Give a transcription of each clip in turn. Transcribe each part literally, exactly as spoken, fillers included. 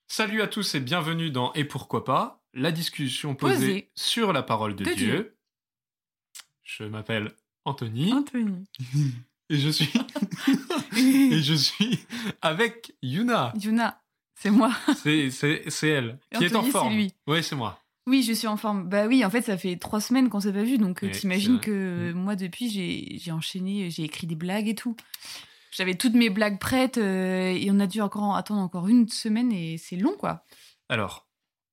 Salut à tous et bienvenue dans Et pourquoi pas, la discussion posée, Posée. sur la parole de, De Dieu. Dieu. Je m'appelle Anthony Anthony. et je suis et je suis avec Yuna. Yuna, c'est moi. C'est c'est c'est elle qui est en Anthony, forme. c'est lui. Ouais, c'est moi. Oui, je suis en forme. Bah oui, en fait, ça fait trois semaines qu'on s'est pas vu, donc euh, Ouais, c'est t'imagines vrai. que moi, depuis, j'ai, j'ai enchaîné, j'ai écrit des blagues et tout. J'avais toutes mes blagues prêtes euh, et on a dû encore attendre encore une semaine et c'est long, quoi. Alors,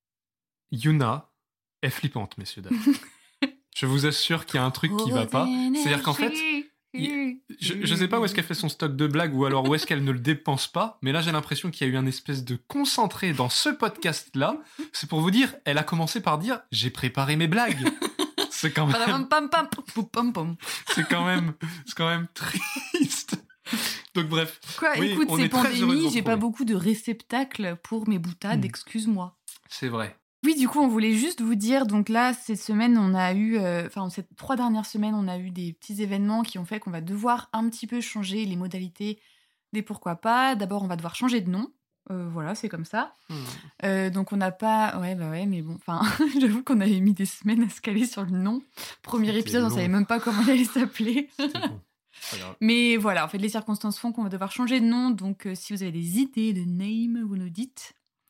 Yuna est flippante, messieurs dames. Je vous assure qu'il y a un truc qui va pas. C'est-à-dire qu'en fait, il- je, je sais pas où est-ce qu'elle fait son stock de blagues ou alors où est-ce qu'elle ne le dépense pas, mais là j'ai l'impression qu'il y a eu un espèce de concentré dans ce podcast-là. C'est pour vous dire, elle a commencé par dire « j'ai préparé mes blagues ». C'est quand même, Pam, pam, pam, pam, pam, pam. c'est quand même, c'est quand même triste. Donc bref, Quoi, oui, écoute, on c'est est très heureux de pandémie, vous j'ai pas retrouver. beaucoup de réceptacles pour mes boutades, Hmm. excuse-moi. C'est vrai. Oui, du coup, on voulait juste vous dire, donc là, cette semaine, on a eu, euh, enfin, ces trois dernières semaines, on a eu des petits événements qui ont fait qu'on va devoir un petit peu changer les modalités des pourquoi pas. D'abord, on va devoir changer de nom. Euh, voilà, c'est comme ça. Hmm. Euh, donc, on n'a pas... Ouais, bah ouais, mais bon, enfin, j'avoue qu'on avait mis des semaines à se caler sur le nom. Premier C'était épisode, on long. savait même pas comment il allait s'appeler. C'était bon. C'est pas grave. Mais voilà, en fait, les circonstances font qu'on va devoir changer de nom. Donc, euh, si vous avez des idées de name, vous nous dites.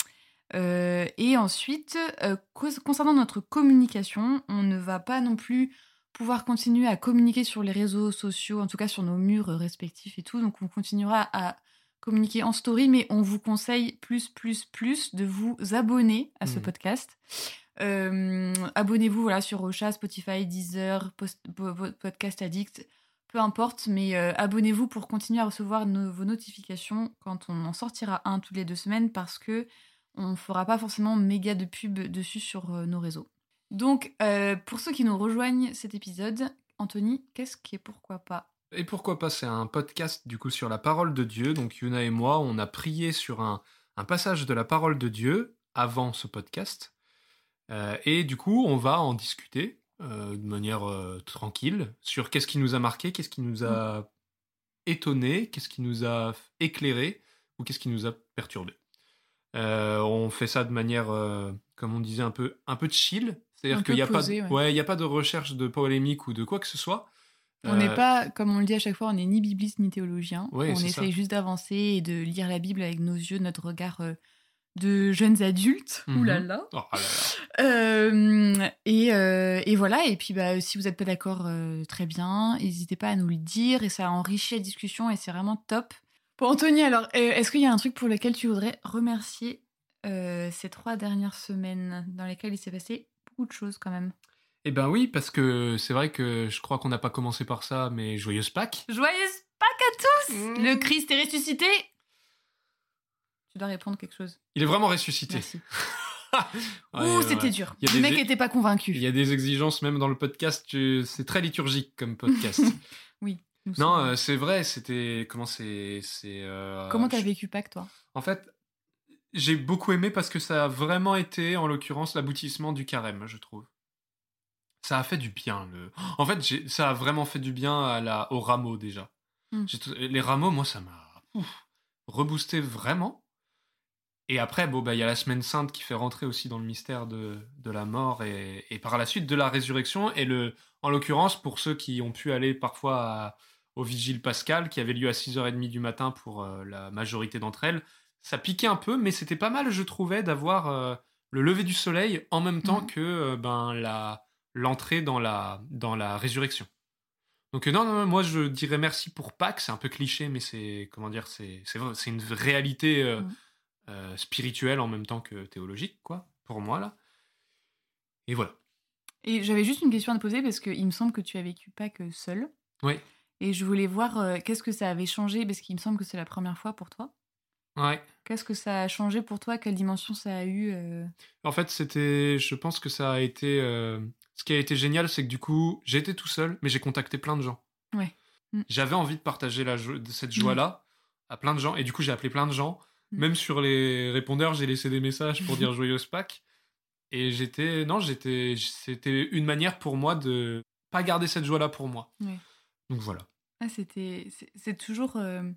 Euh, et ensuite, euh, cause- concernant notre communication, on ne va pas non plus pouvoir continuer à communiquer sur les réseaux sociaux, en tout cas sur nos murs respectifs et tout. Donc, on continuera à communiquer en story, mais on vous conseille plus, plus, plus de vous abonner à ce Mhm. podcast. Euh, abonnez-vous voilà, sur Ocha, Spotify, Deezer, Post- po- po- Podcast Addict, peu importe, mais euh, abonnez-vous pour continuer à recevoir nos- vos notifications quand on en sortira un toutes les deux semaines, parce que on fera pas forcément méga de pub dessus sur euh, nos réseaux. Donc, euh, pour ceux qui nous rejoignent cet épisode, Anthony, qu'est-ce qui est pourquoi pas ? Et pourquoi pas, c'est un podcast du coup sur la parole de Dieu. Donc Yuna et moi, on a prié sur un, un passage de la parole de Dieu avant ce podcast. Euh, et du coup, on va en discuter euh, de manière euh, tranquille sur qu'est-ce qui nous a marqué, qu'est-ce qui nous a étonné, qu'est-ce qui nous a éclairé ou qu'est-ce qui nous a perturbé. Euh, on fait ça de manière, euh, comme on disait, un peu, un peu chill. C'est-à-dire Un qu'il peu n'y a, posé, pas de- ouais. ouais, il y a pas de recherche de polémique ou de quoi que ce soit. On n'est Euh, pas, comme on le dit à chaque fois, on n'est ni bibliste ni théologien. Ouais, on c'est essaye ça. juste d'avancer et de lire la Bible avec nos yeux, notre regard euh, de jeunes adultes. Mhm. Ouh là là. Oh là là. Euh, et, euh, et voilà, et puis bah, si vous n'êtes pas d'accord, euh, très bien, n'hésitez pas à nous le dire, et ça enrichit la discussion, et c'est vraiment top. Pour Anthony, alors, euh, est-ce qu'il y a un truc pour lequel tu voudrais remercier euh, ces trois dernières semaines, dans lesquelles il s'est passé beaucoup de choses quand même ? Eh ben oui, parce que c'est vrai que je crois qu'on n'a pas commencé par ça, mais joyeuse Pâques. Joyeuse Pâques à tous ! Mmh. Le Christ est ressuscité ! Tu dois répondre quelque chose. Il est vraiment ressuscité. Merci. Ouais, Ouh, ouais, c'était ouais. dur. Il y a Le des- mec était pas convaincu. Il y a des exigences même dans le podcast, tu- c'est très liturgique comme podcast. Oui. nous Non, sommes- euh, c'est vrai, c'était... Comment c'est... c'est euh, Comment t'as je- vécu Pâques, toi ? En fait, j'ai beaucoup aimé parce que ça a vraiment été, en l'occurrence, l'aboutissement du carême, je trouve. Ça a fait du bien. Le... En fait, j'ai- ça a vraiment fait du bien à la... au rameau, déjà. Mm. J'ai t- Les rameaux, moi, ça m'a ouf, reboosté vraiment. Et après, bon, bah, il y a la semaine sainte qui fait rentrer aussi dans le mystère de, de la mort et, et par la suite de la résurrection. Et le, en l'occurrence, pour ceux qui ont pu aller parfois à- au Vigile Pascal, qui avait lieu à six heures trente du matin pour euh, la majorité d'entre elles, ça piquait un peu, mais c'était pas mal, je trouvais, d'avoir euh, le lever du soleil en même temps Mhm. que euh, ben, la, l'entrée dans la, dans la résurrection. Donc euh, non, non, non, moi je dirais merci pour Pâques, c'est un peu cliché, mais c'est, comment dire, c'est, c'est, vrai, c'est une réalité... euh, Mhm. Euh, spirituel en même temps que théologique, quoi, pour moi, là. Et voilà. Et j'avais juste une question à te poser, parce qu'il me semble que tu as vécu Pâques seul. Oui. Et je voulais voir euh, qu'est-ce que ça avait changé, parce qu'il me semble que c'est la première fois pour toi. Ouais. Qu'est-ce que ça a changé pour toi ? Quelle dimension ça a eu euh... En fait, c'était... Je pense que ça a été... euh, Ce qui a été génial, c'est que du coup, j'étais tout seul, mais j'ai contacté plein de gens. Ouais. Mm. J'avais envie de partager la jo- de cette joie-là à plein de gens, et du coup, j'ai appelé plein de gens. Mm. Même sur les répondeurs, j'ai laissé des messages pour dire joyeuse Pâques. Et j'étais... Non, j'étais... C'était une manière pour moi de pas garder cette joie-là pour moi. Ouais. Donc voilà. Ah, c'était... C'est, c'est toujours euh,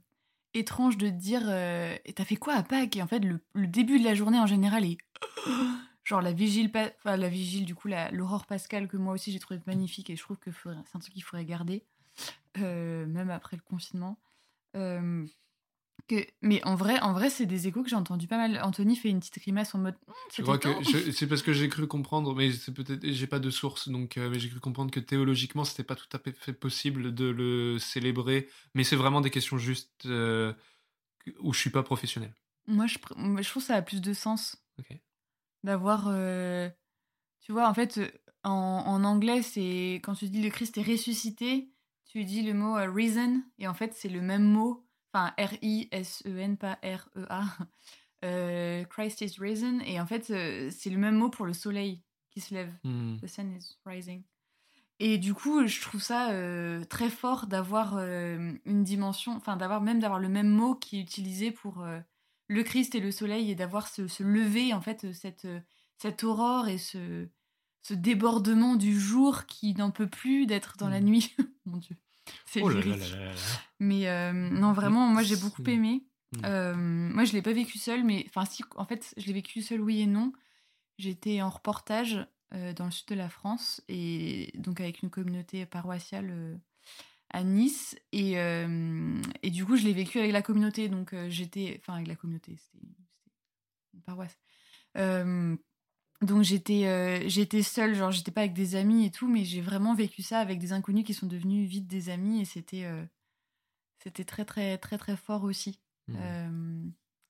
étrange de te dire euh, et t'as fait quoi à Pâques? Et en fait, le, le début de la journée en général est genre la vigile, pa- enfin la vigile, du coup, la, l'aurore pascale que moi aussi j'ai trouvé magnifique et je trouve que faudrait- c'est un truc qu'il faudrait garder, euh, même après le confinement. Euh, que, mais en vrai, en vrai, c'est des échos que j'ai entendus pas mal. Anthony fait une petite grimace en mode Hum, Je c'était crois que temps. je- c'est parce que j'ai cru comprendre, mais c'est peut-être j'ai pas de source, donc euh, mais j'ai cru comprendre que théologiquement c'était pas tout à fait possible de le célébrer, mais c'est vraiment des questions juste euh, où je suis pas professionnel. Moi, je, pr- moi, je trouve que ça a plus de sens Ok. d'avoir. euh, Tu vois, en fait, euh, en, en anglais, c'est quand tu dis le Christ est ressuscité, tu dis le mot euh, risen, et en fait, c'est le même mot, enfin R I S E N, pas R E A. Euh, Christ is risen, et en fait, euh, c'est le même mot pour le soleil qui se lève. Hmm. The sun is rising. Et du coup, je trouve ça euh, très fort d'avoir euh, une dimension, enfin, d'avoir même d'avoir le même mot qui est utilisé pour euh, le Christ et le soleil, et d'avoir ce, ce lever, en fait, cette, euh, cette aurore et ce, ce débordement du jour qui n'en peut plus d'être dans la Hmm. nuit. Mon Dieu, c'est Oh là là lyrique. là là là là. Mais euh, non, vraiment, moi j'ai beaucoup Hmm. aimé. Hmm. Euh, moi, je l'ai pas vécu seule, mais enfin, si, en fait, je l'ai vécu seule, oui et non. J'étais en reportage euh, dans le sud de la France, et donc avec une communauté paroissiale euh, à Nice. Et, euh, et du coup, je l'ai vécu avec la communauté. Donc, euh, j'étais. Enfin, avec la communauté, c'était c'était une paroisse. Euh, donc, j'étais euh, j'étais seule, genre, j'étais pas avec des amis et tout, mais j'ai vraiment vécu ça avec des inconnus qui sont devenus vite des amis, et c'était. euh, c'était très, très, très, très fort aussi. Hmm. Euh,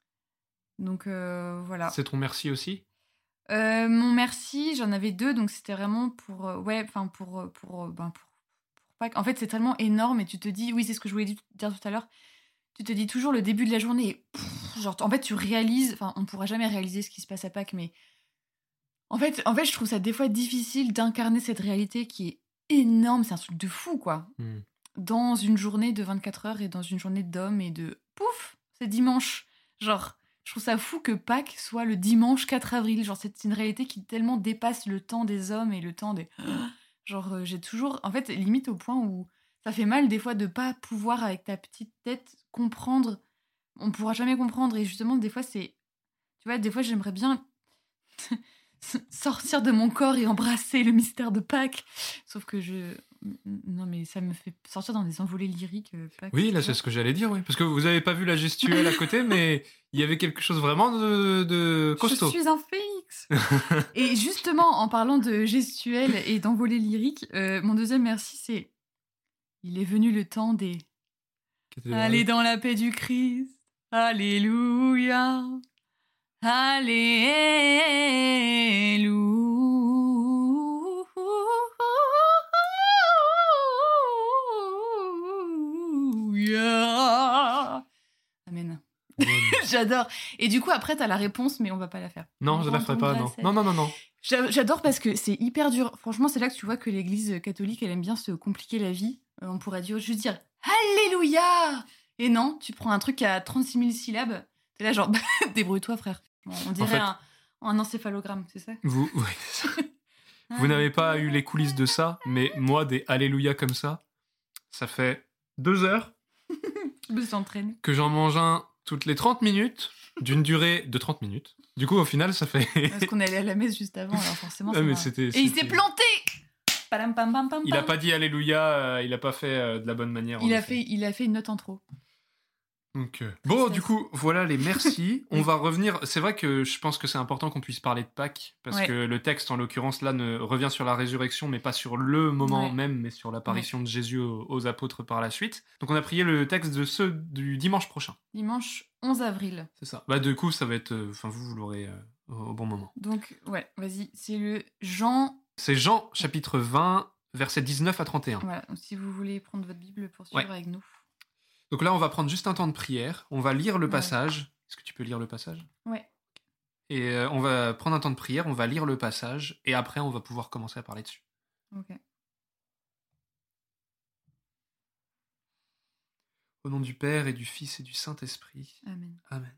donc, euh, voilà. C'est ton merci aussi. Euh, mon merci, j'en avais deux, donc c'était vraiment pour, euh, ouais, enfin pour, euh, pour, euh, ben pour, pour Pâques. En fait, c'est tellement énorme, et tu te dis, oui, c'est ce que je voulais di- dire tout à l'heure. Tu te dis toujours le début de la journée, et pff, genre, en fait, tu réalises, enfin, on pourra jamais réaliser ce qui se passe à Pâques, mais en fait, en fait, je trouve ça des fois difficile d'incarner cette réalité qui est énorme. C'est un truc de fou, quoi. Hmm. Dans une journée de vingt-quatre heures et dans une journée d'hommes et de pouf, c'est dimanche. Genre, je trouve ça fou que Pâques soit le dimanche quatre avril. Genre, c'est une réalité qui tellement dépasse le temps des hommes et le temps des. Genre, euh, j'ai toujours. En fait, limite au point où ça fait mal des fois de pas pouvoir, avec ta petite tête, comprendre. On pourra jamais comprendre. Et justement, des fois, c'est. Tu vois, des fois, j'aimerais bien sortir de mon corps et embrasser le mystère de Pâques. Sauf que je. Non, mais ça me fait sortir dans des envolées lyriques. euh, Pâques, Oui, là tu c'est vois. ce que j'allais dire, oui. Parce que vous avez pas vu la gestuelle à côté, mais il y avait quelque chose vraiment de, de costaud. Je suis un phénix. Et justement, en parlant de gestuelle et d'envolées lyriques, euh, mon deuxième merci, c'est il est venu le temps des Allez dans la paix du Christ. Alléluia. Alléluia. Amen. J'adore. Et du coup, après, t'as la réponse, mais on va pas la faire. Non, je la ferai pas, non. Non, non, non, non. J'a- J'adore parce que c'est hyper dur. Franchement, c'est là que tu vois que l'église catholique, elle aime bien se compliquer la vie. Euh, on pourrait dire, juste dire Alléluia. Et non, tu prends un truc à trente-six mille syllabes. T'es là, genre, débrouille-toi, frère. Bon, on dirait fait- un, un encéphalogramme, c'est ça Vous, oui, c'est ça. Vous n'avez pas eu les coulisses de ça, mais moi, des Alléluia comme ça, ça fait deux heures Je me suis entraînée. que j'en mange un toutes les trente minutes, d'une durée de trente minutes. Du coup, au final, ça fait... Parce qu'on est allé à la messe juste avant, alors forcément, Ah, ça mais va. c'était- Et il c'était- s'est planté. Padam, pam, pam, pam, Il a pam. pas dit Alléluia, euh, il a pas fait euh, de la bonne manière. en Il a effet. fait, il a fait une note en trop. Donc, euh, bon, Tristesse. du coup, voilà les merci. On Oui. va revenir. C'est vrai que je pense que c'est important qu'on puisse parler de Pâques, parce Ouais. que le texte, en l'occurrence, là, ne revient sur la résurrection, mais pas sur le moment Ouais. même, mais sur l'apparition de Jésus aux, aux apôtres par la suite. Donc, on a prié le texte de ceux du dimanche prochain. Dimanche onze avril. C'est ça. Bah, du coup, ça va être. euh, Enfin, vous, vous l'aurez euh, au bon moment. Donc, ouais, vas-y. C'est le Jean. C'est Jean, chapitre vingt, versets dix-neuf à trente et un. Voilà, donc si vous voulez prendre votre Bible pour suivre Ouais. avec nous. Donc là, on va prendre juste un temps de prière. On va lire le Ouais. passage. Est-ce que tu peux lire le passage ? Ouais. Et euh, on va prendre un temps de prière, on va lire le passage, et après on va pouvoir commencer à parler dessus. Ok. Au nom du Père et du Fils et du Saint-Esprit. Amen. Amen.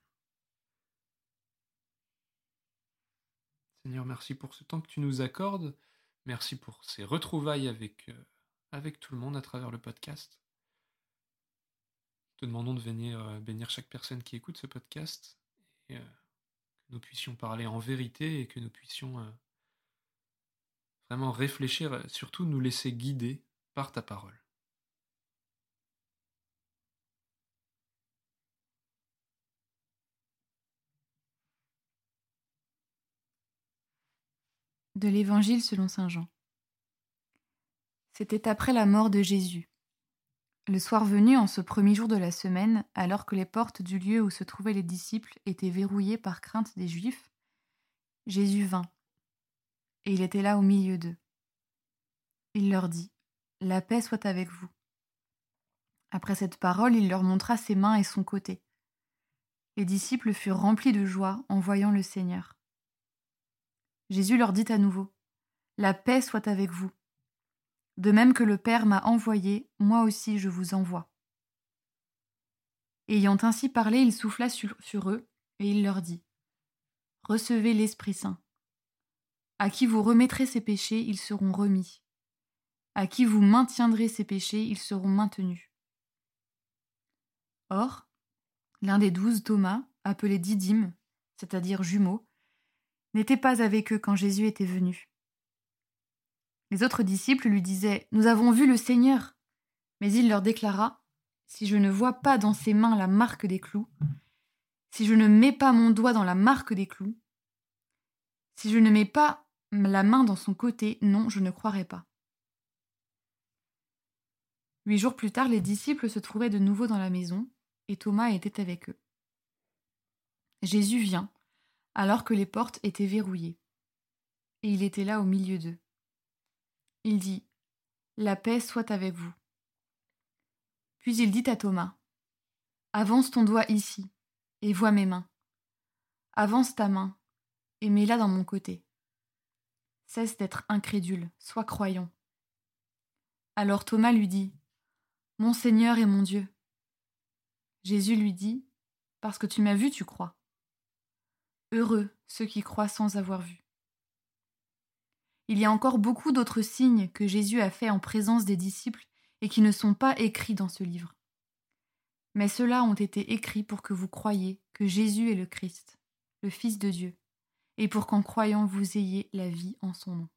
Seigneur, merci pour ce temps que tu nous accordes. Merci pour ces retrouvailles avec, euh, avec tout le monde à travers le podcast. te demandons de venir euh, bénir chaque personne qui écoute ce podcast et euh, que nous puissions parler en vérité et que nous puissions euh, vraiment réfléchir, euh, surtout nous laisser guider par ta parole. De l'Évangile selon saint Jean. C'était après la mort de Jésus. Le soir venu, en ce premier jour de la semaine, alors que les portes du lieu où se trouvaient les disciples étaient verrouillées par crainte des Juifs, Jésus vint, et il était là au milieu d'eux. Il leur dit : « La paix soit avec vous. » Après cette parole, il leur montra ses mains et son côté. Les disciples furent remplis de joie en voyant le Seigneur. Jésus leur dit à nouveau : « La paix soit avec vous. De même que le Père m'a envoyé, moi aussi je vous envoie. » Ayant ainsi parlé, il souffla sur, sur eux, et il leur dit : « Recevez l'Esprit Saint. À qui vous remettrez ses péchés, ils seront remis. À qui vous maintiendrez ses péchés, ils seront maintenus. » Or, l'un des douze, Thomas, appelé Didyme, c'est-à-dire jumeau, n'était pas avec eux quand Jésus était venu. Les autres disciples lui disaient : « Nous avons vu le Seigneur. » Mais il leur déclara : « Si je ne vois pas dans ses mains la marque des clous, si je ne mets pas mon doigt dans la marque des clous, si je ne mets pas la main dans son côté, non, je ne croirai pas. » Huit jours plus tard, les disciples se trouvaient de nouveau dans la maison, et Thomas était avec eux. Jésus vient, alors que les portes étaient verrouillées, et il était là au milieu d'eux. Il dit : « La paix soit avec vous. » Puis il dit à Thomas : « Avance ton doigt ici, et vois mes mains. Avance ta main, et mets-la dans mon côté. Cesse d'être incrédule, sois croyant. » Alors Thomas lui dit : « Mon Seigneur et mon Dieu. » Jésus lui dit : « Parce que tu m'as vu, tu crois. Heureux ceux qui croient sans avoir vu. » Il y a encore beaucoup d'autres signes que Jésus a faits en présence des disciples et qui ne sont pas écrits dans ce livre. Mais ceux-là ont été écrits pour que vous croyiez que Jésus est le Christ, le Fils de Dieu, et pour qu'en croyant vous ayez la vie en son nom.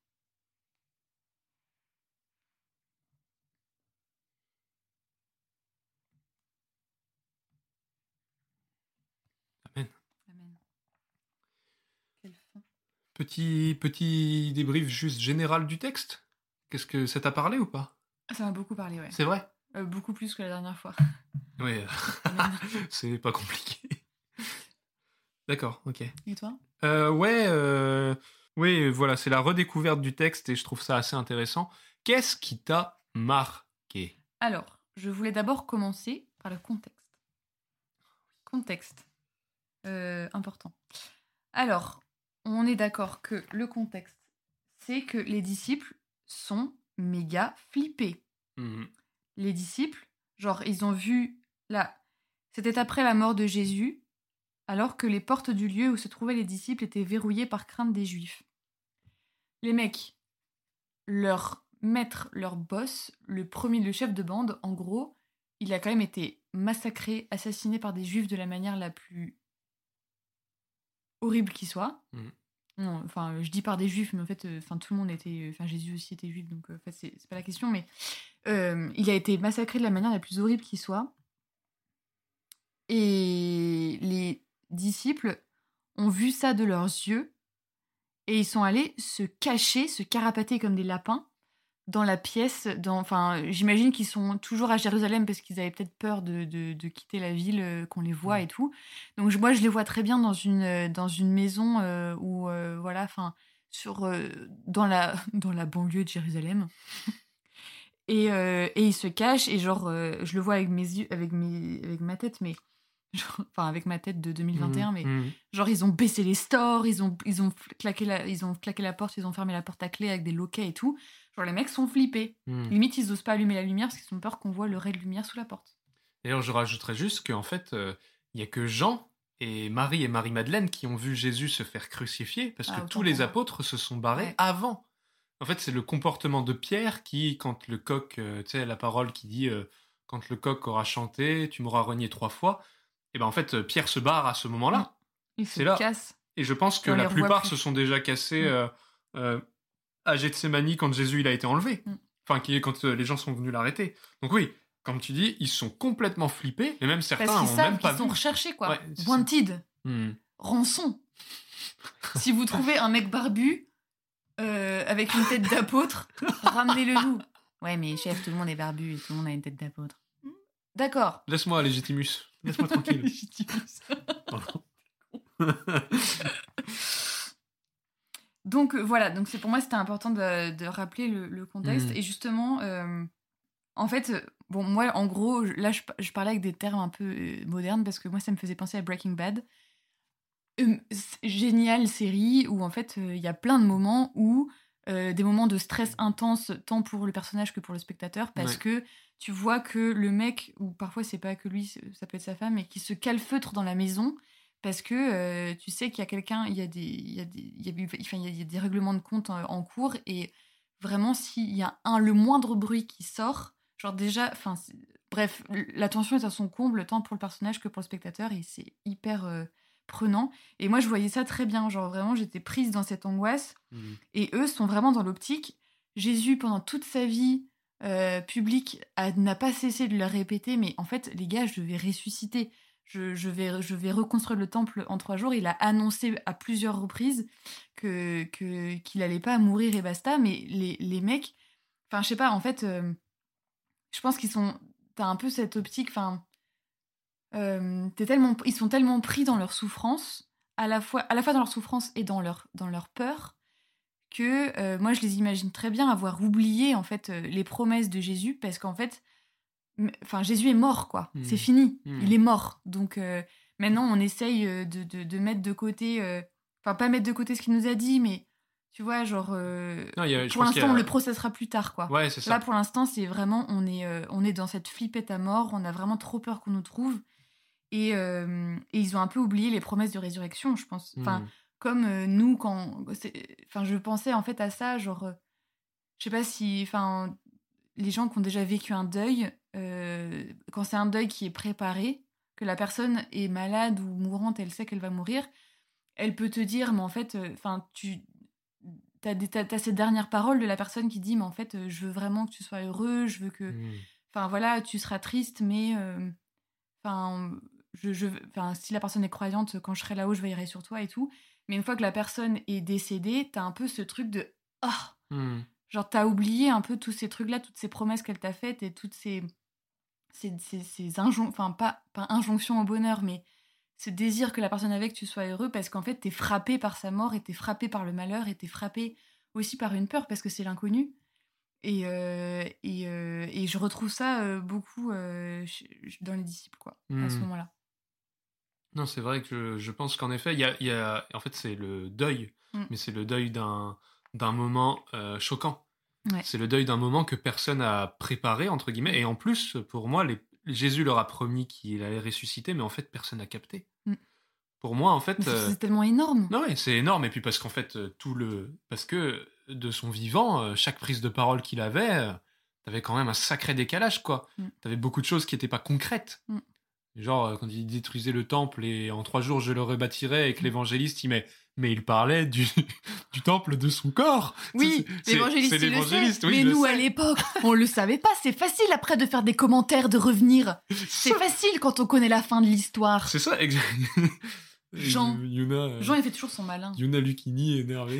Amen. Amen. Quelle fin. Petit, petit débrief juste général du texte. Qu'est-ce que ça t'a parlé ou pas ? Ça m'a beaucoup parlé, ouais. C'est vrai ? Euh, beaucoup plus que la dernière fois. Oui, c'est pas compliqué. D'accord, ok. Et toi ? euh, Ouais, euh, oui, voilà, c'est la redécouverte du texte et je trouve ça assez intéressant. Qu'est-ce qui t'a marqué ? Alors, je voulais d'abord commencer par le contexte. Contexte. Euh, important. Alors, on est d'accord que le contexte, c'est que les disciples sont méga flippés. Mmh. Les disciples, genre, ils ont vu... Là, c'était après la mort de Jésus, alors que les portes du lieu où se trouvaient les disciples étaient verrouillées par crainte des Juifs. Les mecs, leur maître, leur boss, le premier, le chef de bande, en gros, il a quand même été massacré, assassiné par des Juifs de la manière la plus horrible qui soit. Mmh. Non, enfin, je dis par des Juifs, mais en fait, enfin, tout le monde était... Enfin, Jésus aussi était juif, donc en fait, c'est, c'est pas la question, mais euh, il a été massacré de la manière la plus horrible qui soit. Et les disciples ont vu ça de leurs yeux et ils sont allés se cacher, se carapater comme des lapins dans la pièce. Dans, enfin, j'imagine qu'ils sont toujours à Jérusalem parce qu'ils avaient peut-être peur de, de, de quitter la ville, euh, qu'on les voit et tout. Donc je, moi, je les vois très bien dans une, dans une maison euh, où, euh, voilà, enfin, sur, euh, dans, la, dans la banlieue de Jérusalem. et, euh, et ils se cachent et genre, euh, je le vois avec mes yeux, avec, mes, avec ma tête, mais... Genre, enfin, avec ma tête de deux mille vingt et un, Mmh. mais Mmh. genre, ils ont baissé les stores, ils ont, ils, ont claqué la, ils ont claqué la porte, ils ont fermé la porte à clé avec des loquets et tout. Genre, les mecs sont flippés. Mmh. Limite, ils osent pas allumer la lumière parce qu'ils ont peur qu'on voit le ray de lumière sous la porte. D'ailleurs, je rajouterais juste qu'en fait, il euh, n'y a que Jean et Marie et Marie-Madeleine qui ont vu Jésus se faire crucifier parce Ah, que autant tous les pour moi. apôtres se sont barrés Ouais. avant. En fait, c'est le comportement de Pierre qui, quand le coq, euh, tu sais, la parole qui dit euh, quand le coq aura chanté, tu m'auras renié trois fois. Et ben en fait, Pierre se barre à ce moment-là. Il se C'est là. casse. Et je pense que On les la revoit plupart plus. se sont déjà cassés Mm. euh, euh, à Gethsémani quand Jésus il a été enlevé. Mm. Enfin, qui, quand euh, les gens sont venus l'arrêter. Donc oui, comme tu dis, ils sont complètement flippés. Et même certains Parce qu'ils ont savent même pas qu'ils sont vu. recherchés, quoi. Ouais, c'est ça. Wanted. Hmm. Rançon. Si vous trouvez un mec barbu euh, avec une tête d'apôtre, ramenez-le nous. Ouais, mais chef, tout le monde est barbu et tout le monde a une tête d'apôtre. D'accord. Laisse-moi, Légitimus. Laisse-moi tranquille. Légitimus. Donc euh, voilà, donc c'est pour moi c'était important de, de rappeler le, le contexte. Mm. Et justement, euh, en fait, euh, bon moi en gros, je- là je, je parlais avec des termes un peu euh, modernes parce que moi ça me faisait penser à Breaking Bad. Euh, c'est- géniale série où en fait il y a plein de moments où euh, des moments de stress intense tant pour le personnage que pour le spectateur parce Ouais. que tu vois que le mec, ou parfois c'est pas que lui, c'est- ça peut être sa femme, mais qui se calfeutre dans la maison parce que euh, tu sais qu'il y a quelqu'un, il y a des, il y a des, il y a, enfin, il y a des règlements de compte en, en cours et vraiment s'il y a un le moindre bruit qui sort, genre déjà, enfin c'est- bref, la tension est à son comble tant pour le personnage que pour le spectateur et c'est hyper euh, prenant. Et moi je voyais ça très bien, genre vraiment j'étais prise dans cette angoisse. Mm. Et eux sont vraiment dans l'optique. Jésus, pendant toute sa vie euh, publique, a- n'a pas cessé de leur répéter, mais en fait, les gars, je vais ressusciter. Je, je vais, je vais reconstruire le temple en trois jours. Il a annoncé à plusieurs reprises que, que, qu'il allait pas mourir et basta. Mais les, les mecs, enfin, je sais pas, en fait, euh, je pense qu'ils sont. T'as un peu cette optique, enfin. Euh, t'es tellement, ils sont tellement pris dans leur souffrance, à la fois, à la fois dans leur souffrance et dans leur, dans leur peur, que euh, moi je les imagine très bien avoir oublié en fait euh, les promesses de Jésus parce qu'en fait enfin Jésus est mort quoi, Mm. c'est fini, Mm. il est mort. Donc euh, maintenant on essaye euh, de, de, de mettre de côté euh, enfin pas mettre de côté ce qu'il nous a dit mais tu vois genre euh, Non, il y a- je pour pense qu'il y l'instant a- on le processera plus tard quoi. Ouais, c'est ça. Là pour l'instant c'est vraiment on est euh, on est dans cette flippette à mort, on a vraiment trop peur qu'on nous trouve et, euh, et ils ont un peu oublié les promesses de résurrection je pense. Enfin Mm. comme euh, nous quand c'est- enfin je pensais en fait à ça genre euh, je sais pas si enfin les gens qui ont déjà vécu un deuil euh, quand c'est un deuil qui est préparé que la personne est malade ou mourante elle sait qu'elle va mourir elle peut te dire mais en fait enfin euh, tu t'as, des, t'as, t'as ces dernières paroles de la personne qui dit mais en fait euh, je veux vraiment que tu sois heureux je veux que enfin Mm. voilà tu seras triste mais enfin euh, je, je, enfin, si la personne est croyante, quand je serai là-haut, je veillerai sur toi et tout. Mais une fois que la personne est décédée, t'as un peu ce truc de ah, Mm. genre t'as oublié un peu tous ces trucs-là, toutes ces promesses qu'elle t'a faites et toutes ces ces, ces, ces injonctions, enfin pas pas injonctions au bonheur, mais ce désir que la personne avait que tu sois heureux parce qu'en fait t'es frappé par sa mort et t'es frappé par le malheur et t'es frappé aussi par une peur parce que c'est l'inconnu. Et, euh, et, euh, et je retrouve ça euh, beaucoup euh, dans les disciples, quoi, Mm. à ce moment-là. Non, c'est vrai que je, je pense qu'en effet, il y a, il y a, en fait, c'est le deuil, Mm. mais c'est le deuil d'un, d'un moment euh, choquant. Ouais. C'est le deuil d'un moment que personne n'a préparé, entre guillemets. Et en plus, pour moi, les, Jésus leur a promis qu'il allait ressusciter, mais en fait, personne n'a capté. Mm. Pour moi, en fait... Mais c'est, euh, c'est tellement énorme. Non, ouais, c'est énorme. Et puis parce qu'en fait, euh, tout le... Parce que de son vivant, euh, chaque prise de parole qu'il avait, euh, t'avais quand même un sacré décalage, quoi. Mm. T'avais beaucoup de choses qui n'étaient pas concrètes. Mm. Genre, euh, quand il détruisait le temple et en trois jours je le rebâtirai, et que l'évangéliste, il met... Mais il parlait du, du temple de son corps. Oui, C'est- c'est- l'évangéliste, c'est il le l'évangéliste, sait. oui, mais je le nous, sais. à l'époque, on le savait pas. C'est facile après de faire des commentaires, de revenir. C'est facile quand on connaît la fin de l'histoire. C'est ça, exact. Jean. Yuna, euh, Jean, il fait toujours son malin. Yuna Lucchini énervé.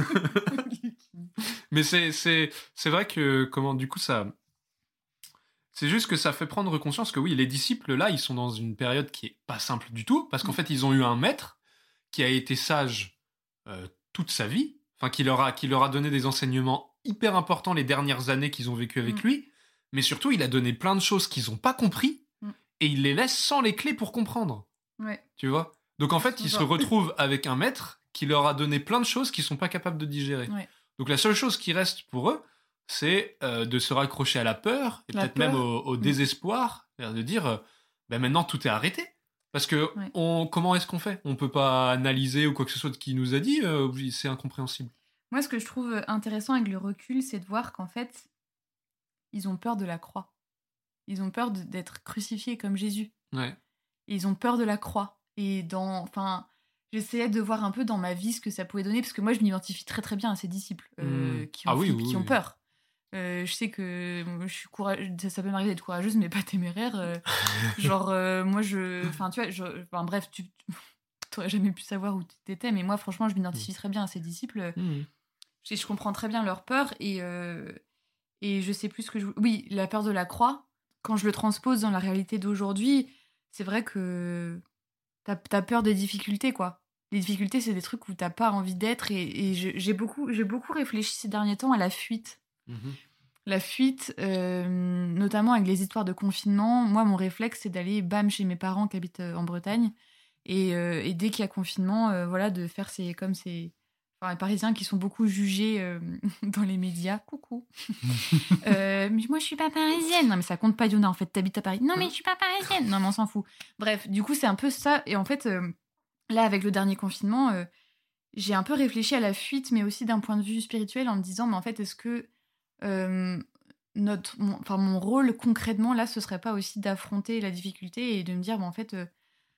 Mais c'est, c'est, c'est vrai que, comment, du coup, ça... C'est juste que ça fait prendre conscience que oui, les disciples, là, ils sont dans une période qui est pas simple du tout, parce qu'en Mm. fait, ils ont eu un maître qui a été sage euh, toute sa vie, enfin, qui leur a, qui leur a donné des enseignements hyper importants les dernières années qu'ils ont vécues avec Mm. lui, mais surtout, il a donné plein de choses qu'ils ont pas compris, Mm. et il les laisse sans les clés pour comprendre, Ouais. tu vois. Donc en fait, Ils ils sont se genre- retrouvent avec un maître qui leur a donné plein de choses qu'ils sont pas capables de digérer. Ouais. Donc la seule chose qui reste pour eux, c'est euh, de se raccrocher à la peur et La peut-être peur. même au, au Mm. désespoir, c'est-à-dire de dire euh, ben maintenant tout est arrêté. Parce que Ouais. on, comment est-ce qu'on fait? On peut pas analyser ou quoi que ce soit de qui nous a dit, euh, oui, c'est incompréhensible. Moi, ce que je trouve intéressant avec le recul, c'est de voir qu'en fait, ils ont peur de la croix. Ils ont peur de, d'être crucifiés comme Jésus. Ouais. Et ils ont peur de la croix. Et dans... Enfin, j'essayais de voir un peu dans ma vie ce que ça pouvait donner, parce que moi, je m'identifie très très bien à ces disciples euh, Mmh. qui ont Ah oui, flippé, oui, qui ont oui. peur. Euh, je sais que moi, je suis courage... ça, ça peut m'arriver d'être courageuse, mais pas téméraire. euh, genre, euh, moi, je... Enfin, tu vois, je... enfin, bref, tu n'aurais jamais pu savoir où tu étais, mais moi, franchement, je m'identifie très bien à ces disciples. Mmh. Je, je comprends très bien leur peur, et, euh, et je sais plus ce que je... Oui, la peur de la croix, quand je le transpose dans la réalité d'aujourd'hui, c'est vrai que t'as, t'as peur des difficultés, quoi. Les difficultés, c'est des trucs où t'as pas envie d'être, et, et je- j'ai, beaucoup, j'ai beaucoup réfléchi ces derniers temps à la fuite. Mmh. La fuite, euh, notamment avec les histoires de confinement. Moi, mon réflexe, c'est d'aller, bam, chez mes parents qui habitent euh, en Bretagne, et, euh, et dès qu'il y a confinement, euh, voilà, de faire ces, comme ces... Enfin, les Parisiens qui sont beaucoup jugés euh, dans les médias. Coucou. Euh, mais moi, je suis pas parisienne. Non, mais ça compte pas, Yona. En fait, t'habites à Paris. Non, mais je suis pas parisienne. Non, mais on s'en fout. Bref, du coup, c'est un peu ça. Et en fait, euh, là, avec le dernier confinement, euh, j'ai un peu réfléchi à la fuite, mais aussi d'un point de vue spirituel, en me disant, mais en fait, est-ce que euh, notre, mon, enfin, mon rôle concrètement, là, ce serait pas aussi d'affronter la difficulté et de me dire, bon, en fait, euh,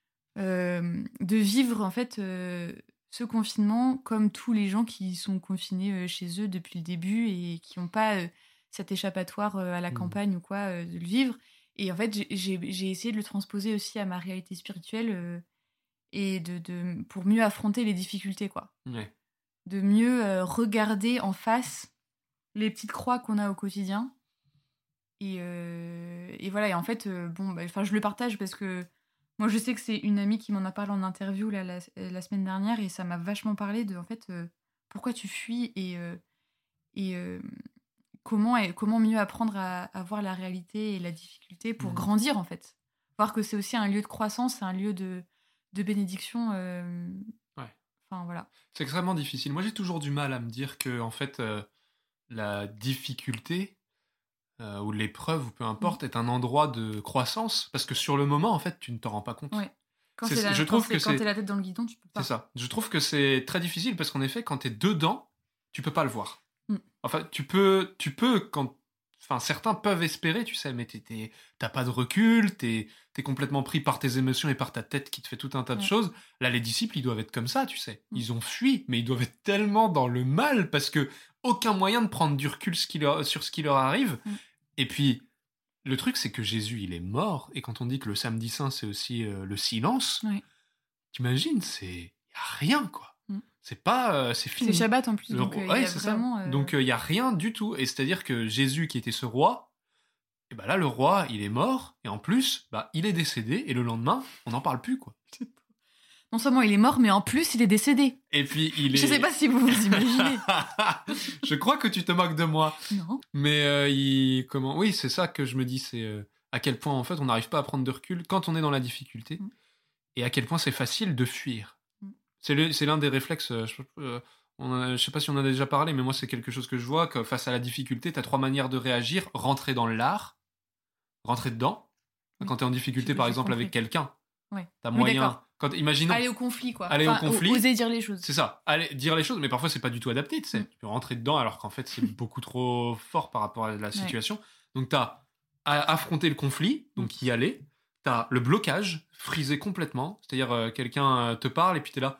euh, de vivre, en fait, euh, ce confinement comme tous les gens qui sont confinés euh, chez eux depuis le début et qui n'ont pas euh, cet échappatoire euh, à la Mmh. campagne ou quoi, euh, de le vivre. Et en fait, j'ai, j'ai, j'ai essayé de le transposer aussi à ma réalité spirituelle euh, et de, de, pour mieux affronter les difficultés, quoi. Ouais. De mieux euh, regarder en face les petites croix qu'on a au quotidien. Et, euh, et voilà, et en fait, euh, bon, bah, je le partage parce que moi, je sais que c'est une amie qui m'en a parlé en interview là, la, la semaine dernière, et ça m'a vachement parlé de, en fait, euh, pourquoi tu fuis et, euh, et euh, comment, et comment mieux apprendre à, à voir la réalité et la difficulté pour Mmh. grandir, en fait. Voir que c'est aussi un lieu de croissance, un lieu de, de bénédiction. euh, Ouais. Enfin, voilà. C'est extrêmement difficile. Moi, j'ai toujours du mal à me dire que, en fait, euh, la difficulté euh, ou l'épreuve, ou peu importe, est un endroit de croissance, parce que sur le moment, en fait, tu ne t'en rends pas compte. Ouais. Quand C'est- c'est la, je quand trouve c'est, que quand c'est, t'es la tête dans le guidon, tu peux pas. c'est ça. Je trouve que c'est très difficile parce qu'en effet, quand t'es dedans, tu peux pas le voir. Mm. Enfin, tu peux, tu peux quand, enfin, certains peuvent espérer, tu sais, mais t'es, t'es- t'as pas de recul, t'es, t'es complètement pris par tes émotions et par ta tête qui te fait tout un tas de Ouais. choses. Là, les disciples, ils doivent être comme ça, tu sais. Mm. Ils ont fui, mais ils doivent être tellement dans le mal parce que aucun moyen de prendre du recul ce qui leur- sur ce qui leur arrive. Mm. Et puis, le truc, c'est que Jésus, il est mort. Et quand on dit que le samedi saint, c'est aussi euh, le silence, Ouais. t'imagines, c'est, y a rien, quoi. Mm. C'est pas, euh, c'est fini. C'est Shabbat en plus, Le donc roi- euh, ouais, il y a c'est vraiment. ça. euh, Donc il y a rien du tout. Et c'est-à-dire que Jésus, qui était ce roi, et ben là, le roi, il est mort. Et en plus, bah, il est décédé. Et le lendemain, on n'en parle plus, quoi. Non seulement il est mort, mais en plus il est décédé. Et puis il est. Je sais pas si vous vous imaginez. Je crois que tu te moques de moi. Non. Mais euh, il comment Oui, c'est ça que je me dis, c'est euh, à quel point en fait on n'arrive pas à prendre de recul quand on est dans la difficulté, Mm. et à quel point c'est facile de fuir. Mm. C'est le- c'est l'un des réflexes. euh, je, euh, on a- je sais pas si on en a déjà parlé, mais moi c'est quelque chose que je vois, que face à la difficulté, t'as trois manières de réagir: rentrer dans l'art, rentrer dedans. Oui. Quand t'es en difficulté, J'ai- par j'ai exemple compris. avec quelqu'un, Ouais. t'as Oui, moyen. d'accord. Quand imaginons. Aller au conflit, quoi. Aller au Enfin, o- conflit. Oser dire les choses. C'est ça, aller dire les choses, mais parfois c'est pas du tout adapté, tu sais. Mm. Tu peux rentrer dedans alors qu'en fait c'est beaucoup trop fort par rapport à la situation. Donc t'as à affronter le conflit, donc y aller. T'as le blocage, friser complètement, c'est-à-dire euh, quelqu'un euh, te parle et puis t'es là.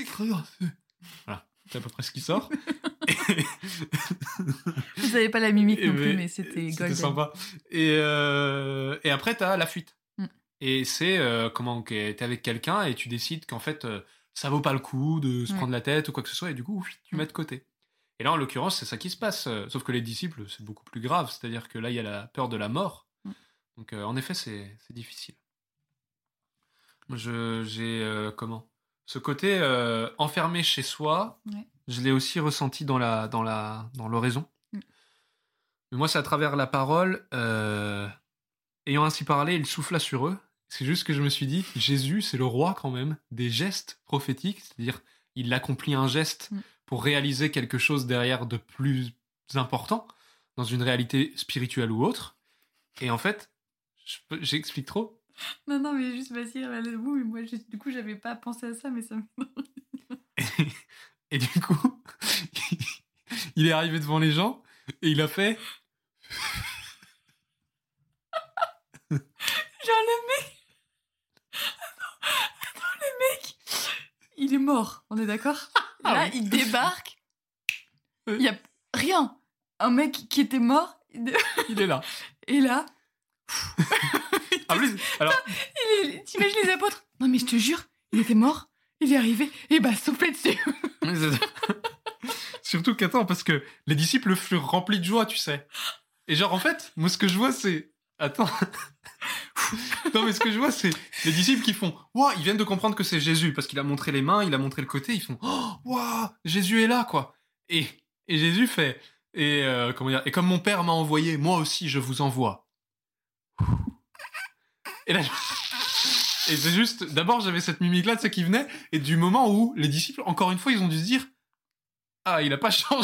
Voilà, c'est à peu près ce qui sort. Et- Vous savez pas la mimique Et non mais- plus, mais c'était golden. C'était sympa. Et, euh, et après, t'as la fuite. Mm. Et c'est euh, comment ok, t'es avec quelqu'un et tu décides qu'en fait, euh, ça vaut pas le coup de se Ouais. prendre la tête ou quoi que ce soit, et du coup, oui, tu Mm. mets de côté. Et là, en l'occurrence, c'est ça qui se passe. Euh, Sauf que les disciples, c'est beaucoup plus grave. C'est-à-dire que là, il y a la peur de la mort. Mm. Donc, euh, en effet, c'est c'est difficile. Moi, je- j'ai euh, comment ce côté euh, enfermé chez soi. Ouais. Je l'ai aussi ressenti dans la dans la dans l'oraison. Mm. Mais moi, c'est à travers la parole. euh, Ayant ainsi parlé, il souffla sur eux. C'est juste que je me suis dit, Jésus, c'est le roi quand même des gestes prophétiques, c'est-à-dire il accomplit un geste Mm. pour réaliser quelque chose derrière de plus important dans une réalité spirituelle ou autre. Et en fait, je peux- j'explique trop. Non, non, mais juste vas-y, le bout. Et moi, j'ai- du coup, j'avais pas pensé à ça, mais ça me. Et du coup, il est arrivé devant les gens et il a fait. Genre le mec... Attends, attends, le mec, il est mort, on est d'accord? Ah Là, oui. il débarque, Oui. il y a rien. Un mec qui était mort, Il est là. et là... En plus, alors, il est- T'imagines les apôtres? Non mais je te jure, il était mort, il est arrivé, et bah soufflez dessus. surtout qu'attends, parce que les disciples furent remplis de joie, tu sais. Et genre, en fait, moi, ce que je vois, c'est... Attends. Non, mais ce que je vois, c'est les disciples qui font « Waouh, ils viennent de comprendre que c'est Jésus, parce qu'il a montré les mains, il a montré le côté, ils font « Oh, waouh, Jésus est là, quoi !» Et, et Jésus fait et, euh, comment dire, « Et comme mon Père m'a envoyé, moi aussi, je vous envoie. » Et là, je- et c'est juste... D'abord, j'avais cette mimique-là, tu sais, qui venait, et du moment où les disciples, encore une fois, ils ont dû se dire « Ah, il a pas changé !»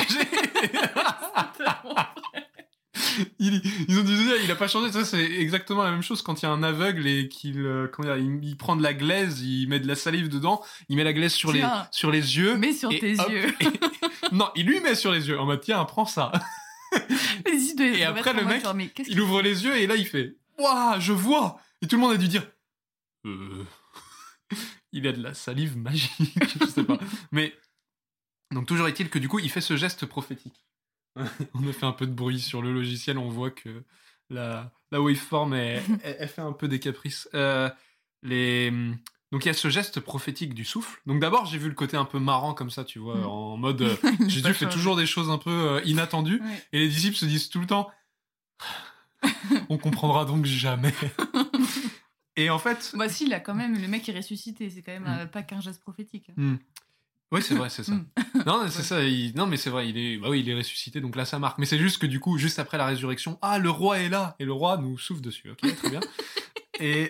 Il, ils ont dû se dire, il a pas changé. Ça, c'est exactement la même chose quand il y a un aveugle et qu'il, euh, comment dire, il, il prend de la glaise, il met de la salive dedans, il met la glaise sur Tiens, les, sur les yeux. Mets sur et tes hop, yeux. et- non, il lui met sur les yeux. En mode, tiens, prends ça. Les disciples doivent Et être après, en le mode mec, genre, mais qu'est-ce Il qu'il ouvre fait les yeux et là, il fait, waouh, je vois. Et tout le monde a dû dire, euh, il a de la salive magique. Je sais pas. Mais, donc, toujours est-il que du coup, il fait ce geste prophétique. On a fait un peu de bruit sur le logiciel, on voit que la, la waveform, elle, elle, elle fait un peu des caprices. Euh, les... Donc il y a ce geste prophétique du souffle. Donc d'abord, j'ai vu le côté un peu marrant comme ça, tu vois, Mm. en mode euh, Il a Jésus pas fait changé. toujours des choses un peu euh, inattendues, Ouais. et les disciples se disent tout le temps on comprendra donc jamais. Et en fait, Bah si, là, quand même, le mec est ressuscité. C'est quand même Mm. euh, pas qu'un geste prophétique. hmm. Oui, c'est vrai, c'est ça. Mm. Non, mais c'est Ouais. ça. il- Non, mais c'est vrai, il est, bah oui, il est ressuscité, donc là, ça marque. Mais c'est juste que du coup, juste après la résurrection, ah, le roi est là, et le roi nous souffle dessus. Ok, très bien. Et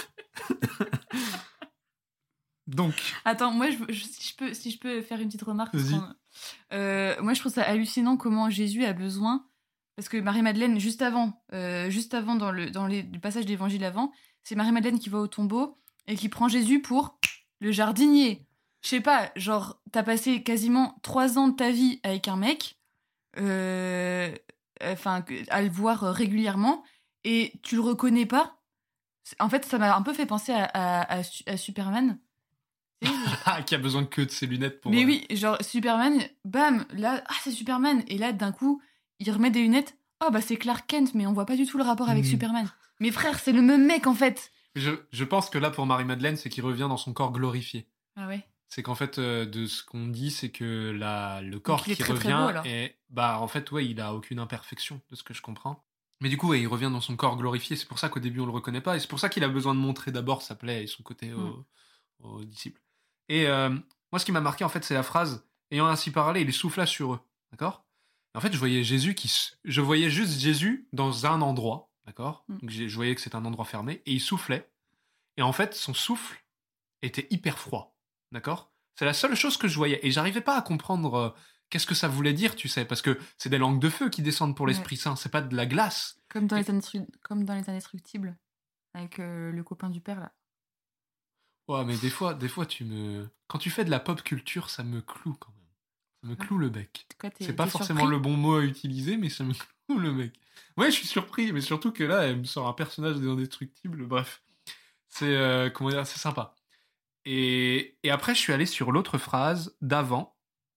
donc, Attends, moi, je, je- si, je peux, si je peux faire une petite remarque. parce Vas-y. qu'on- Euh, moi, je trouve ça hallucinant comment Jésus a besoin... Parce que Marie-Madeleine, juste avant, euh, juste avant dans le, dans les, le passage de l'évangile avant, c'est Marie-Madeleine qui va au tombeau et qui prend Jésus pour le jardinier. Je sais pas, genre, t'as passé quasiment trois ans de ta vie avec un mec, euh, enfin, que- à le voir euh, régulièrement, et tu le reconnais pas. C'est- En fait, ça m'a un peu fait penser à, à, à Su- à Superman. Tu sais, ah, qui a besoin que de ses lunettes pour. mais euh, oui, genre Superman, bam, là, ah c'est Superman, et là d'un coup, il remet des lunettes, oh bah c'est Clark Kent, mais on voit pas du tout le rapport avec Mm. Superman. Mais frère, c'est le même mec en fait. Je, je pense que là, pour Marie-Madeleine, c'est qu'il revient dans son corps glorifié. Ah ouais. C'est qu'en fait, euh, de ce qu'on dit, c'est que la, le corps il est qui très, très revient beau, alors. est. Bah, en fait, ouais, il a aucune imperfection, de ce que je comprends. Mais du coup, ouais, il revient dans son corps glorifié. C'est pour ça qu'au début, on le reconnaît pas. Et c'est pour ça qu'il a besoin de montrer d'abord sa plaie et son côté aux, Mm. aux disciples. Et euh, moi, ce qui m'a marqué, en fait, c'est la phrase ayant ainsi parlé, il souffla sur eux. D'accord? Et en fait, je voyais Jésus qui. s- Je voyais juste Jésus dans un endroit. D'accord? Mm. Donc, j'ai- je voyais que c'était un endroit fermé. Et il soufflait. Et en fait, son souffle était hyper froid. D'accord? C'est la seule chose que je voyais. Et j'arrivais pas à comprendre euh, qu'est-ce que ça voulait dire, tu sais. Parce que c'est des langues de feu qui descendent pour Ouais. l'Esprit Saint. C'est pas de la glace. Comme dans les, Indestru- comme dans les Indestructibles, avec euh, le copain du père là. Ouais, mais des fois, des fois, tu me. Quand tu fais de la pop culture, ça me cloue quand même. Ça me cloue le bec. Quoi, t'es- C'est pas t'es forcément surpris le bon mot à utiliser, mais ça me cloue le bec. Ouais, je suis surpris, mais surtout que là, elle me sort un personnage des Indestructibles. Bref, c'est euh, comment dire, c'est sympa. Et, et après, je suis allé sur l'autre phrase d'avant,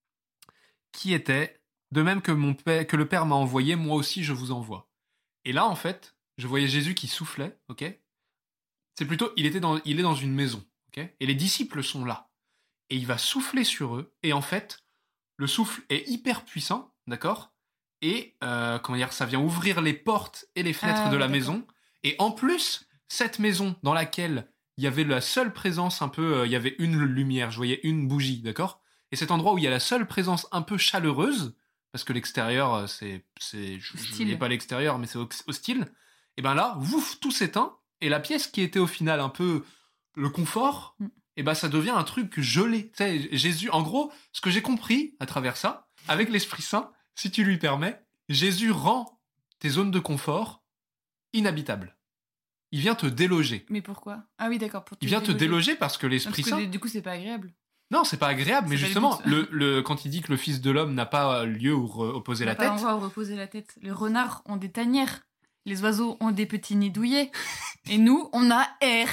qui était de même que mon père, que le Père m'a envoyé, moi aussi je vous envoie. Et là, en fait, je voyais Jésus qui soufflait, ok. C'est plutôt, il était dans, il est dans une maison, ok. Et les disciples sont là, et il va souffler sur eux. Et en fait, le souffle est hyper puissant, d'accord. Et euh, comment dire, ça vient ouvrir les portes et les fenêtres Ah, de ouais, la d'accord. maison. Et en plus, cette maison dans laquelle il y avait la seule présence un peu, euh, il y avait une lumière, je voyais une bougie, d'accord. Et cet endroit où il y a la seule présence un peu chaleureuse, parce que l'extérieur, euh, c'est, c'est, je, je Hostile. voyais pas l'extérieur, mais c'est hox- hostile. Et ben là, ouf, tout s'éteint. Et la pièce qui était au final un peu le confort, Mm. et ben ça devient un truc gelé. Tu sais, Jésus, en gros, ce que j'ai compris à travers ça, avec l'Esprit Saint, si tu lui permets, Jésus rend tes zones de confort inhabitables. Il vient te déloger. Mais pourquoi? Ah oui, d'accord. Pour Il vient te déloger parce que Non, l'Esprit parce que Saint... du coup, c'est pas agréable. Non, c'est pas agréable, mais C'est pas le justement, but. le, le, quand il dit que le Fils de l'homme n'a pas lieu où re- opposer On n'a la pas tête, l'endroit où reposer la tête. Les renards ont des tanières. Les oiseaux ont des petits nids douillets. Et nous, on a R.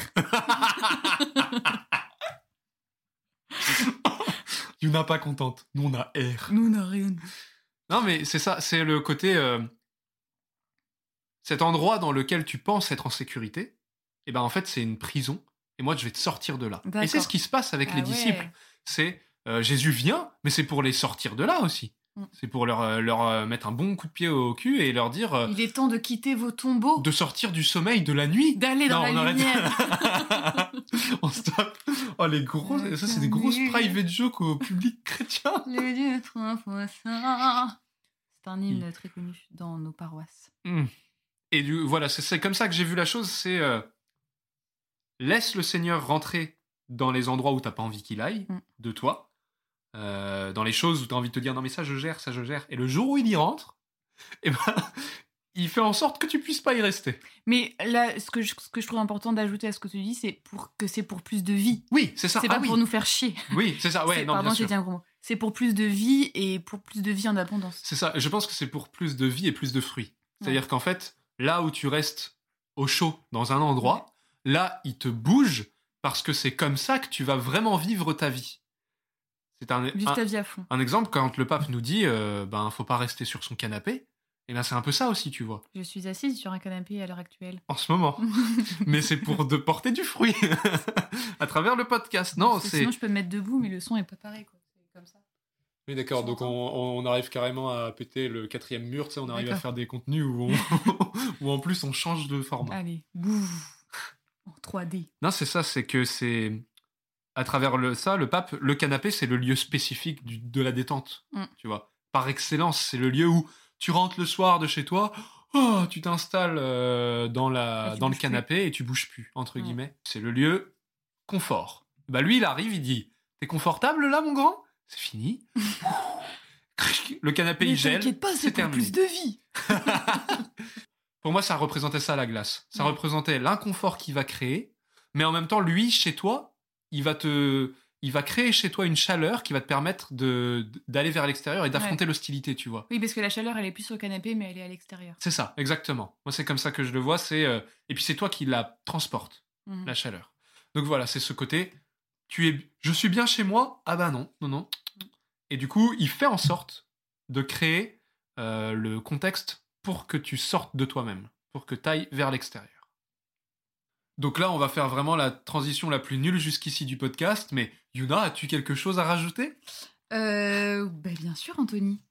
Yuna pas contente. Nous, on a R. Nous, on a rien. Non, mais c'est ça. C'est le côté... Euh, cet endroit dans lequel tu penses être en sécurité, et ben en fait, c'est une prison. Et moi, je vais te sortir de là. D'accord. Et c'est ce qui se passe avec Ah les ouais. disciples. C'est... Euh, Jésus vient, mais c'est pour les sortir de là aussi. Mm. C'est pour leur, euh, leur euh, mettre un bon coup de pied au cul et leur dire... Euh, Il est temps de quitter vos tombeaux. de sortir du sommeil de la nuit. D'aller dans Non, la on arrête. lumière. On stoppe. Oh, les gros... Euh, Ça, c'est des grosses salut. private jokes au public chrétien. Le Dieu trois fois saint. C'est un hymne très connu dans nos paroisses. Mm. Et du, voilà, c'est, c'est comme ça que j'ai vu la chose. C'est... Euh, laisse le Seigneur rentrer dans les endroits où t'as pas envie qu'il aille, Mm. de toi. Euh, dans les choses où t'as envie de te dire non mais ça je gère, ça je gère. Et le jour où il y rentre, eh ben, il fait en sorte que tu puisses pas y rester. Mais là, ce que je, ce que je trouve important d'ajouter à ce que tu dis, c'est pour que c'est pour plus de vie. Oui, c'est ça. C'est ah, pas oui. pour nous faire chier. Oui, c'est ça. Ouais, C'est- non, pardon, bien j'ai sûr. dit un gros mot. C'est pour plus de vie et pour plus de vie en abondance. C'est ça. Je pense que c'est pour plus de vie et plus de fruits. C'est-à-dire qu'en fait, là où tu restes au chaud dans un endroit, là, il te bouge parce que c'est comme ça que tu vas vraiment vivre ta vie. C'est un, Vive un, ta vie à fond. un exemple quand le pape nous dit euh, ben faut pas rester sur son canapé. Et ben c'est un peu ça aussi, tu vois. Je suis assise sur un canapé à l'heure actuelle. En ce moment. Mais c'est pour de porter du fruit à travers le podcast. Non, Parce que c'est. Sinon, je peux me mettre debout, mais le son est pas pareil, quoi. C'est comme ça. Oui, d'accord. Tu Donc on, on arrive carrément à péter le quatrième mur. Tu sais, on arrive à D'accord. faire des contenus où, on... où en plus on change de format. Allez, bouf. En trois D. Non, c'est ça. C'est que c'est à travers le ça, le pape, le canapé, c'est le lieu spécifique du, de la détente. Mm. Tu vois, par excellence, c'est le lieu où tu rentres le soir de chez toi. Oh, tu t'installes euh, dans, la, Et tu dans le bouges canapé et tu bouges plus, entre Ouais. guillemets. C'est le lieu confort. Bah lui, il arrive, il dit « T'es confortable là, mon grand ?» C'est fini. Le canapé, Mais il gèle. t'inquiète pas, c'est pour terminé. plus de vie. Pour moi, ça représentait ça, la glace. Ça Ouais. représentait l'inconfort qu'il va créer, mais en même temps, lui, chez toi, il va te... Il va créer chez toi une chaleur qui va te permettre de, d'aller vers l'extérieur et d'affronter l'hostilité, tu vois. Oui, parce que la chaleur, elle est plus sur le canapé, mais elle est à l'extérieur. C'est ça, exactement. Moi, c'est comme ça que je le vois. C'est euh, et puis c'est toi qui la transporte, Mhm. la chaleur. Donc voilà, c'est ce côté. Tu es, je suis bien chez moi. Ah bah non, non, non. Et du coup, il fait en sorte de créer euh, le contexte pour que tu sortes de toi-même, pour que tu ailles vers l'extérieur. Donc là, on va faire vraiment la transition la plus nulle jusqu'ici du podcast. Mais Yuna, as-tu quelque chose à rajouter ? Euh, bah, bien sûr, Anthony.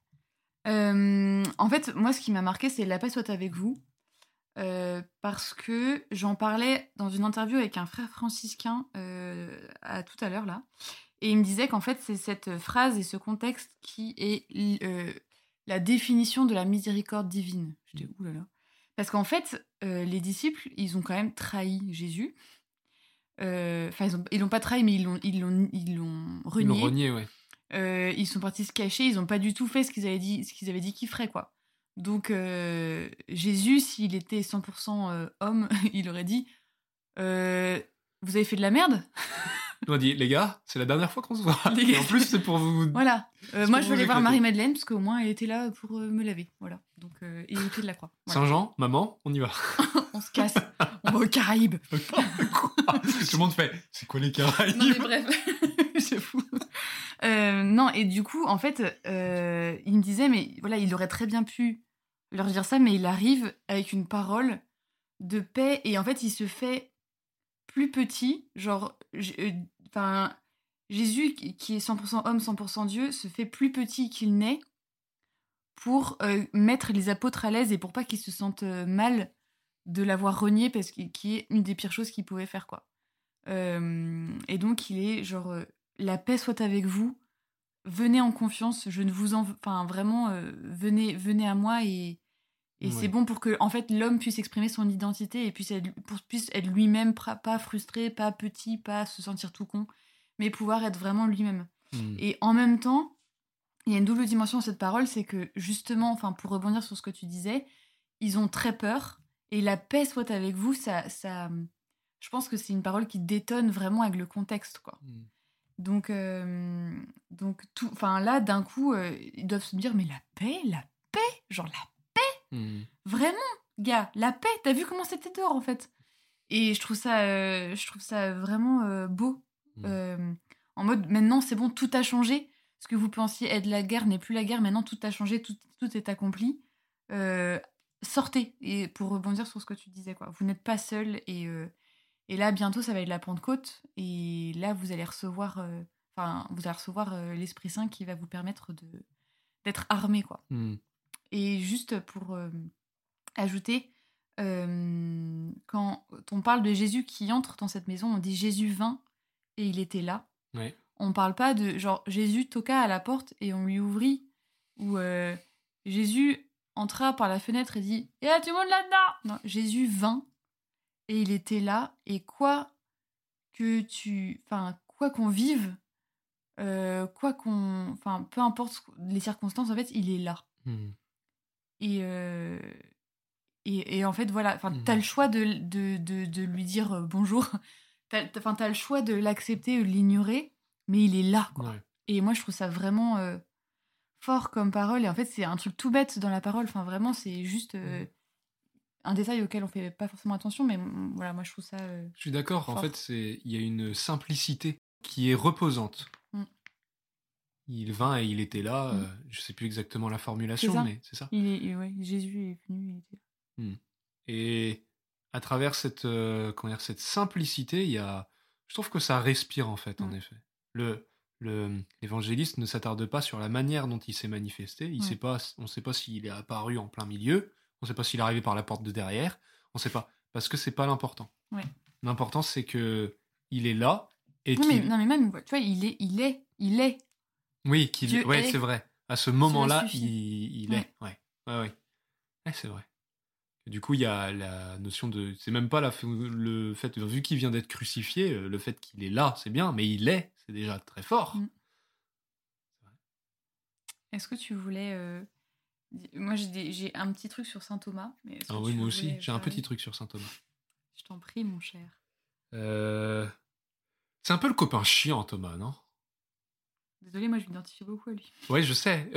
Euh, en fait, moi, ce qui m'a marqué, c'est la paix soit avec vous. Euh, parce que j'en parlais dans une interview avec un frère franciscain euh, à tout à l'heure, là. Et il me disait qu'en fait, c'est cette phrase et ce contexte qui est euh, la définition de la miséricorde divine. Je dis, oulala. Parce qu'en fait, euh, les disciples, ils ont quand même trahi Jésus. Enfin, euh, ils, ont, ils l'ont pas trahi, mais ils l'ont, ils l'ont, ils l'ont renié. Ils l'ont renié, ouais. Euh, ils sont partis se cacher, ils ont pas du tout fait ce qu'ils avaient dit, ce qu'ils avaient dit qu'ils feraient, quoi. Donc, euh, Jésus, s'il était cent pour cent euh, homme, il aurait dit euh, vous avez fait de la merde ? On a dit, les gars, c'est la dernière fois qu'on se voit. Les Et gars, en plus, c'est pour vous... Voilà. Euh, C'est moi, pour je vous vais aller voir éclater. Marie-Madeleine, parce qu'au moins, elle était là pour euh, me laver. Voilà. Donc, euh, et au pied de la croix. Voilà. Saint-Jean, maman, on y va. On se casse. On va aux Caraïbes. Quoi Tout le monde fait, c'est quoi les Caraïbes ? Non, mais bref. C'est fou. Euh, non, et du coup, en fait, euh, il me disait, mais voilà, il aurait très bien pu leur dire ça, mais il arrive avec une parole de paix, et en fait, il se fait plus petit, genre, enfin, Jésus, qui est cent pour cent homme, cent pour cent Dieu, se fait plus petit qu'il n'est pour euh, mettre les apôtres à l'aise et pour pas qu'ils se sentent euh, mal de l'avoir renié, parce qu'il qui est une des pires choses qu'il pouvait faire, quoi. Euh, et donc, il est genre, euh, la paix soit avec vous, venez en confiance, je ne vous en... Enfin, vraiment, euh, venez, venez à moi, et, et Ouais. c'est bon pour que, en fait, l'homme puisse exprimer son identité et puisse être, pour, puisse être lui-même, pra- pas frustré, pas petit, pas se sentir tout con, mais pouvoir être vraiment lui-même. Hmm. Et en même temps, il y a une double dimension à cette parole, c'est que justement, enfin, pour rebondir sur ce que tu disais, ils ont très peur, et la paix soit avec vous, ça, ça, je pense que c'est une parole qui détonne vraiment avec le contexte, quoi. Hmm. Donc, euh, donc tout, enfin là, d'un coup, euh, ils doivent se dire, mais la paix, la paix, genre la Hmm. vraiment, gars, la paix, t'as vu comment c'était dehors, en fait. Et je trouve ça, euh, je trouve ça vraiment euh, beau. Mmh. Euh, en mode, maintenant, c'est bon, tout a changé. Ce que vous pensiez être la guerre n'est plus la guerre. Maintenant, tout a changé, tout, tout est accompli. Euh, sortez. Et pour rebondir sur ce que tu disais, quoi. Vous n'êtes pas seul. Et, euh, et là, bientôt, ça va être la Pentecôte. Et là, vous allez recevoir, euh, enfin, vous allez recevoir euh, l'Esprit Saint qui va vous permettre de, d'être armé, quoi. Mmh. Et juste pour euh, ajouter, euh, quand on parle de Jésus qui entre dans cette maison, on dit Jésus vint et il était là. Ouais. On parle pas de genre Jésus toqua à la porte et on lui ouvrit, ou euh, Jésus entra par la fenêtre et dit « Il y a tout le monde là-dedans !» Non, Jésus vint et il était là, et quoi que tu... Enfin, quoi qu'on vive, euh, quoi qu'on... Enfin, peu importe les circonstances, en fait, il est là. Mmh. Et, euh, et, et en fait, voilà, enfin, Mmh. t'as le choix de, de, de, de lui dire euh, bonjour, t'as, t'as, t'as le choix de l'accepter ou de l'ignorer, mais il est là, quoi. Ouais. Et moi, je trouve ça vraiment euh, fort comme parole. Et en fait, c'est un truc tout bête dans la parole. Enfin, vraiment, c'est juste euh, un détail auquel on fait pas forcément attention. Mais mm, voilà, moi, je trouve ça... euh, Je suis d'accord. En Fort. fait, c'est il y a une simplicité qui est reposante. Mm. Il vint et il était là. Mm. euh, je sais plus exactement la formulation, C'est ça. mais c'est ça. il est, il- ouais, Jésus est venu, il était là. Mm. Et à travers cette, euh, comment dire, cette simplicité, il y a, je trouve que ça respire en fait, en Mm. effet. Le, le, l'évangéliste ne s'attarde pas sur la manière dont il s'est manifesté. Il Ouais. sait pas, on ne sait pas s'il est apparu en plein milieu. On ne sait pas s'il est arrivé par la porte de derrière. On ne sait pas, parce que c'est pas l'important. Ouais. L'important, c'est que il est là et Non mais, qu'il, non, mais même, tu vois, il est, il est, il est. oui, qu'il, Dieu ouais, est. c'est vrai. À ce moment-là, suffit. il, il Ouais. est, ouais, ouais, ouais. Ouais, c'est vrai. Et du coup, il y a la notion de, c'est même pas la, le fait, vu qu'il vient d'être crucifié, le fait qu'il est là, c'est bien, mais il est, c'est déjà très fort. Mm. Est-ce que tu voulais... euh, di- Moi, j'ai, des- j'ai un petit truc sur saint Thomas. Mais est-ce Ah que oui, tu moi aussi, voulais j'ai un parler petit truc sur saint Thomas. Je t'en prie, mon cher. Euh... C'est un peu le copain chiant, Thomas, non? Désolée, moi, je m'identifie beaucoup à lui. Ouais, je sais.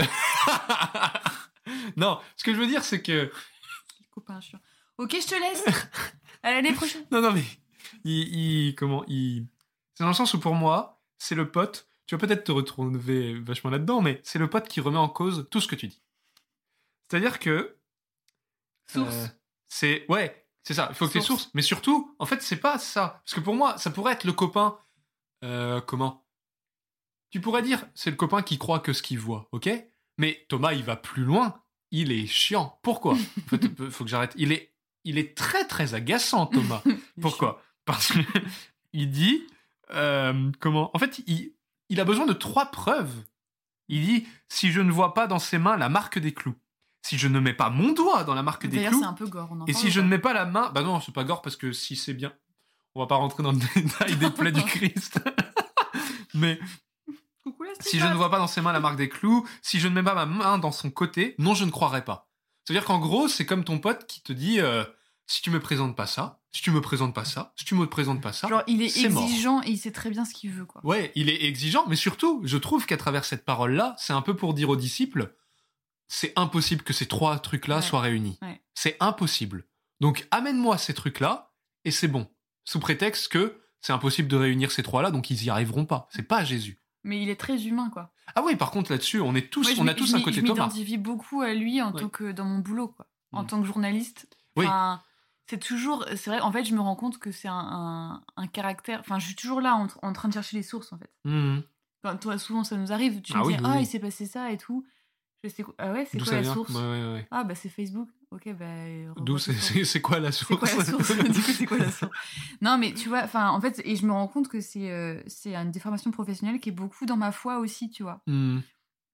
Non, ce que je veux dire, c'est que... Le copain chiant. Ok, je te laisse. À l'année prochaine. Non, non, mais... Il, il- comment il... C'est dans le sens où, pour moi, c'est le pote... Tu vas peut-être te retrouver vachement là-dedans, mais c'est le pote qui remet en cause tout ce que tu dis. C'est-à-dire que... Source. euh, c'est... Ouais, c'est ça. Il faut que tu aies Source. source. Mais surtout, en fait, c'est pas ça. Parce que pour moi, ça pourrait être le copain... Euh, comment Tu pourrais dire, c'est le copain qui croit que ce qu'il voit, ok? Mais Thomas, il va plus loin. Il est chiant. Pourquoi? En fait, il faut que j'arrête. Il est, il est très, très agaçant, Thomas. Pourquoi? Parce que il dit... euh, comment En fait, il, il a besoin de trois preuves. Il dit, si je ne vois pas dans ses mains la marque des clous, si je ne mets pas mon doigt dans la marque des D'ailleurs, clous, c'est un peu gore. On en et parle si ou je pas ne mets pas la main... Bah non, c'est pas gore, parce que si c'est bien... On va pas rentrer dans le détail des plaies du Christ. Mais Coucou, la si je ne vois pas dans ses mains la marque des clous, si je ne mets pas ma main dans son côté, non, je ne croirais pas. C'est-à-dire qu'en gros, c'est comme ton pote qui te dit euh, si tu me présentes pas ça, si tu me présentes pas ça, si tu me présentes pas ça, Genre, il est, c'est mort. exigeant et il sait très bien ce qu'il veut, quoi. Ouais, il est exigeant, mais surtout, je trouve qu'à travers cette parole-là, c'est un peu pour dire aux disciples, c'est impossible que ces trois trucs-là Ouais. soient réunis. Ouais. C'est impossible. Donc, amène-moi ces trucs-là, et c'est bon. Sous prétexte que c'est impossible de réunir ces trois-là, donc ils y arriveront pas. C'est pas Jésus. Mais il est très humain, quoi. Ah oui, par contre, là-dessus, on est tous, Moi, je on a m'y- tous je un m'y- côté je Thomas. m'identifie beaucoup à lui en Ouais. tant que dans mon boulot, quoi. En Mm. tant que journaliste. Oui. Enfin, c'est toujours... C'est vrai, en fait, je me rends compte que c'est un, un, un caractère... Enfin, je suis toujours là en, tr- en train de chercher les sources, en fait. Mhm. Quand toi, souvent, ça nous arrive. Tu Ah me oui, dis, oui, ah, oui. il s'est passé ça et tout. Je sais quoi. Ah ouais, c'est D'où quoi ça la vient source? Ouais, ouais, ouais. Ah, bah, c'est Facebook. Ok, bah... euh, revois D'où tes c'est, sources. c'est, c'est quoi la C'est source quoi la source? Du coup, c'est quoi la source? Non, mais tu vois, enfin, en fait, et je me rends compte que c'est euh, c'est une déformation professionnelle qui est beaucoup dans ma foi aussi, tu vois. Mhm.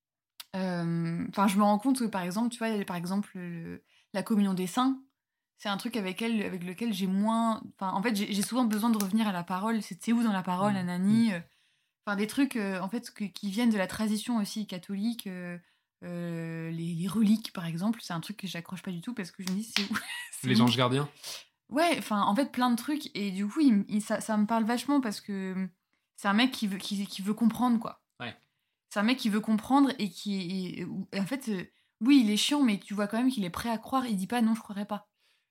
Euh, Enfin, je me rends compte que, par exemple, tu vois, par exemple, le- la communion des saints, c'est un truc avec, elle, avec lequel j'ai moins... Enfin, en fait, j'ai j'ai souvent besoin de revenir à la parole. C'est c'est où dans la parole, Mm. nanani euh, Enfin, des trucs, euh, en fait, que- qui viennent de la tradition aussi catholique. euh, euh, les, les reliques, par exemple, c'est un truc que j'accroche pas du tout parce que je me dis, c'est où c'est Les où anges gardiens. Ouais, enfin, en fait, plein de trucs. Et du coup, il m- il- ça, ça me parle vachement parce que c'est un mec qui veut, qui, qui veut comprendre, quoi. Ouais. C'est un mec qui veut comprendre et qui... Et, et en fait, euh, oui, il est chiant, mais tu vois quand même qu'il est prêt à croire. Il dit pas non, je croirais pas.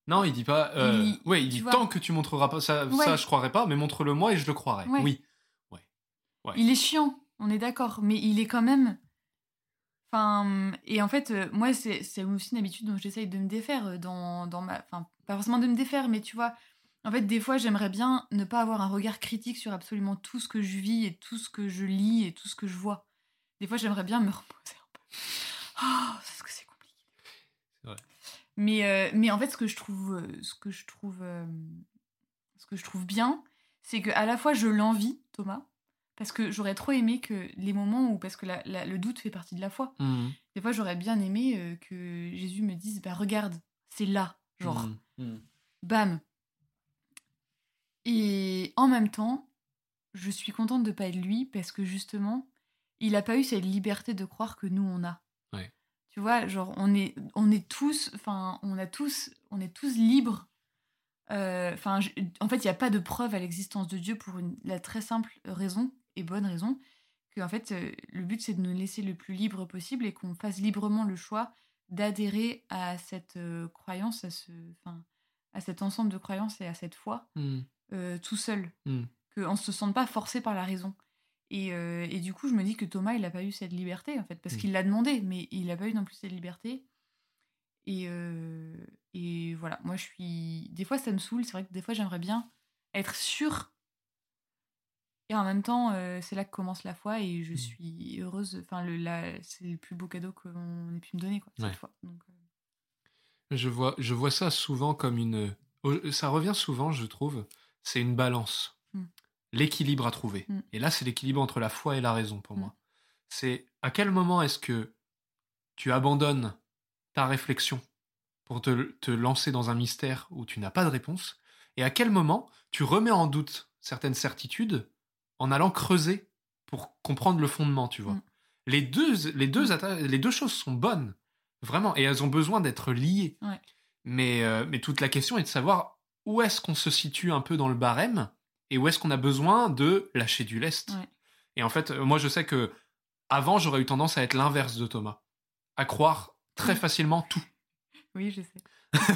Non, il dit pas. Euh, Il- ouais, il tu dit vois. tant que tu montreras pas ça, Ouais. ça je croirais pas, mais montre-le moi et je le croirai. Ouais. Oui. Ouais. Ouais. Il est chiant, on est d'accord, mais il est quand même. Enfin, et en fait, euh, moi, c'est, c'est aussi une habitude dont j'essaye de me défaire euh, dans, dans ma. Enfin, pas forcément de me défaire, mais tu vois, en fait, des fois, j'aimerais bien ne pas avoir un regard critique sur absolument tout ce que je vis et tout ce que je lis et tout ce que je vois. Des fois, j'aimerais bien me reposer un peu. Oh, c'est que c'est compliqué. C'est vrai. Mais, euh, mais en fait, ce que je trouve, euh, ce que je trouve, euh, ce que je trouve bien, c'est que à la fois je l'envie, Thomas, parce que j'aurais trop aimé que les moments où, parce que la- la- le doute fait partie de la foi. Mmh. Des fois, j'aurais bien aimé euh, que Jésus me dise, bah regarde, c'est là, genre, Mmh. Mmh. bam. Et en même temps, je suis contente de pas être lui parce que justement, il a pas eu cette liberté de croire que nous on a. Ouais. Tu vois, genre on est, on est tous, enfin, on a tous, on est tous libres. Euh, Enfin, je- en fait, il n'y a pas de preuve à l'existence de Dieu pour une, la très simple raison et bonne raison que en fait, euh, le but c'est de nous laisser le plus libre possible et qu'on fasse librement le choix d'adhérer à cette euh, croyance, à ce, enfin, à cet ensemble de croyances et à cette foi Mmh. euh, tout seul, Mmh. qu'on ne se sente pas forcé par la raison. Et, euh, et du coup, je me dis que Thomas, il n'a pas eu cette liberté, en fait, parce Mm. qu'il l'a demandé, mais il n'a pas eu non plus cette liberté. Et, euh, et voilà, moi, je suis... Des fois, ça me saoule, c'est vrai que des fois, j'aimerais bien être sûre. Et en même temps, euh, c'est là que commence la foi, et je Mm. suis heureuse. Enfin, le, la, c'est le plus beau cadeau qu'on ait pu me donner, quoi, cette Ouais. fois. Donc, euh, Je vois, je vois ça souvent comme une. oh, Ça revient souvent, je trouve. C'est une balance. Mm. L'équilibre à trouver. Mm. Et là, c'est l'équilibre entre la foi et la raison pour Mm. moi. C'est à quel moment est-ce que tu abandonnes ta réflexion pour te, te lancer dans un mystère où tu n'as pas de réponse, et à quel moment tu remets en doute certaines certitudes en allant creuser pour comprendre le fondement, tu vois. Mm. Les deux, les deux, Mm. atta- les deux choses sont bonnes, vraiment, et elles ont besoin d'être liées. Ouais. Mais, euh, mais toute la question est de savoir où est-ce qu'on se situe un peu dans le barème et où est-ce qu'on a besoin de lâcher du lest. Ouais. Et en fait, euh, moi, je sais que avant, j'aurais eu tendance à être l'inverse de Thomas, à croire très Mm. facilement tout. Oui, je sais.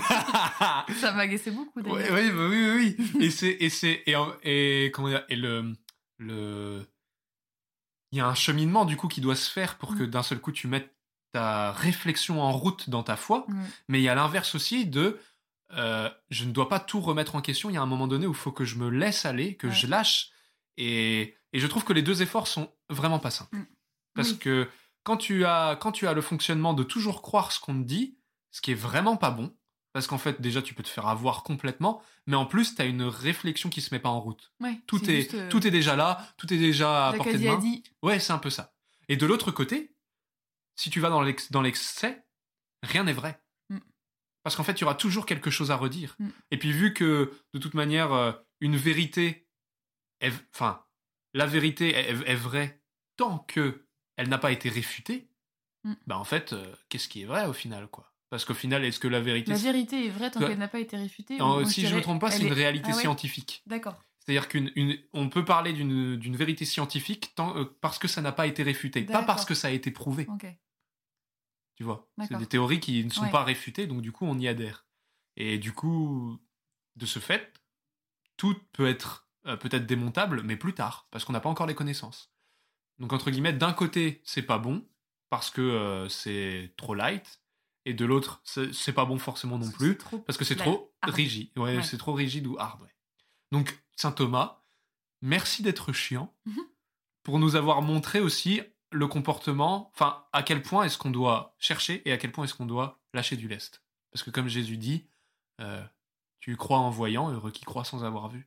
Ça m'agaçait beaucoup, d'ailleurs. Ouais, ouais, bah oui, oui, oui. et c'est, et c'est, et, en- et comment dire, et le, le, il y a un cheminement du coup qui doit se faire pour Mm. que d'un seul coup tu mettes ta réflexion en route dans ta foi. Ouais. Mais il y a l'inverse aussi de, euh, je ne dois pas tout remettre en question. Il y a un moment donné où il faut que je me laisse aller, que Ouais. je lâche. Et, et je trouve que les deux efforts sont vraiment pas simples. Mm. Parce Oui. que quand tu as, quand tu as le fonctionnement de toujours croire ce qu'on te dit, ce qui est vraiment pas bon, parce qu'en fait, déjà, tu peux te faire avoir complètement, mais en plus, tu as une réflexion qui se met pas en route. Ouais, Tout c'est est, juste, euh, tout est déjà là, tout est déjà à Jacques portée de Addy a main. dit. Ouais, c'est un peu ça. Et de l'autre côté, si tu vas dans l'ex- dans l'excès, rien n'est vrai. Mm. Parce qu'en fait, il y aura toujours quelque chose à redire. Mm. Et puis, vu que, de toute manière, euh, une vérité, est, enfin, la vérité est, est- est vraie tant que elle n'a pas été réfutée, Mm. bah en fait, euh, qu'est-ce qui est vrai au final, quoi? Parce qu'au final, est-ce que la vérité... La vérité est vraie tant Ouais. qu'elle n'a pas été réfutée. Non, Moi, si je ne dirais, me trompe pas, c'est elle une est- réalité Ah ouais. scientifique. D'accord. C'est-à-dire qu'on peut parler d'une d'une vérité scientifique tant, euh, parce que ça n'a pas été réfuté, pas D'accord. parce que ça a été prouvé. Ok. Tu vois, c'est D'accord. des théories qui ne sont Ouais. pas réfutées, donc du coup, on y adhère. Et du coup, de ce fait, tout peut être euh, peut-être démontable, mais plus tard, parce qu'on n'a pas encore les connaissances. Donc, entre guillemets, d'un côté, c'est pas bon, parce que euh, c'est trop light, et de l'autre, c'est c'est pas bon forcément non Parce que plus, c'est trop parce que c'est light. trop Hard. rigide. Ouais, Ouais. c'est trop rigide ou hard, ouais. Donc, Saint Thomas, merci d'être chiant, Mhm. pour nous avoir montré aussi le comportement, enfin, à quel point est-ce qu'on doit chercher et à quel point est-ce qu'on doit lâcher du lest. Parce que comme Jésus dit, euh, tu crois en voyant, heureux qui croit sans avoir vu.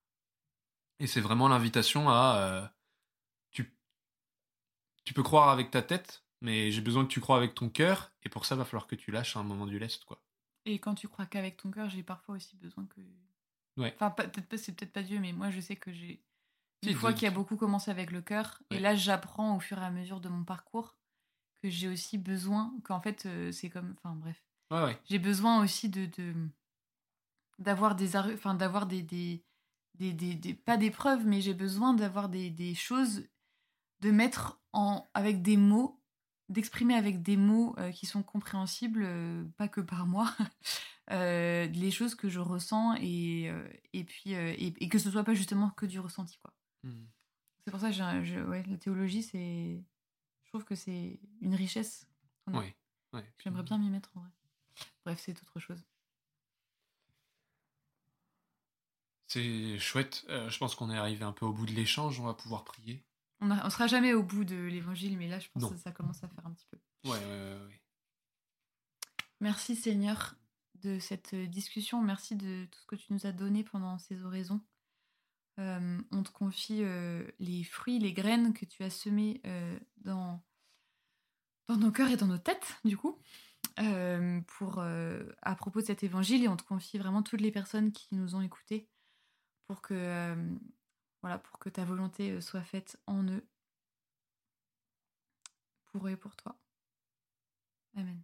Et c'est vraiment l'invitation à... euh, tu, tu peux croire avec ta tête, mais j'ai besoin que tu crois avec ton cœur, et pour ça, va falloir que tu lâches à un moment du lest, quoi. Et quand tu crois qu'avec ton cœur, j'ai parfois aussi besoin que. Ouais. Enfin, pas- peut-être pas, c'est peut-être pas Dieu, mais moi, je sais que j'ai Si, une foi de- qui a beaucoup commencé avec le cœur. Ouais. Et là, j'apprends au fur et à mesure de mon parcours que j'ai aussi besoin, qu'en fait, euh, c'est comme. Enfin, bref. Ouais, ouais. J'ai besoin aussi de. de d'avoir des. argu- Enfin, d'avoir des. des, des, des- des- pas des preuves, mais j'ai besoin d'avoir des, des choses. De mettre en. Avec des mots. D'exprimer avec des mots euh, qui sont compréhensibles, euh, pas que par moi. Euh, euh, les choses que je ressens et, euh, et puis euh, et, et que ce soit pas justement que du ressenti, quoi. Mmh. C'est pour ça que j'ai, je, ouais, la théologie, c'est, je trouve que c'est une richesse qu'on a. Oui. Ouais. J'aimerais bien m'y mettre en vrai. Bref, c'est autre chose. C'est chouette. Euh, je pense qu'on est arrivé un peu au bout de l'échange. On va pouvoir prier. On ne sera jamais au bout de l'évangile, mais là, je pense Non. que ça commence à faire un petit peu. Ouais, ouais, ouais, ouais. Merci Seigneur de cette discussion. Merci de tout ce que tu nous as donné pendant ces oraisons. Euh, on te confie euh, les fruits, les graines que tu as semées euh, dans, dans nos cœurs et dans nos têtes, du coup, euh, pour, euh, à propos de cet évangile. Et on te confie vraiment toutes les personnes qui nous ont écoutés pour que, euh, voilà, pour que ta volonté soit faite en eux, pour eux et pour toi. Amen.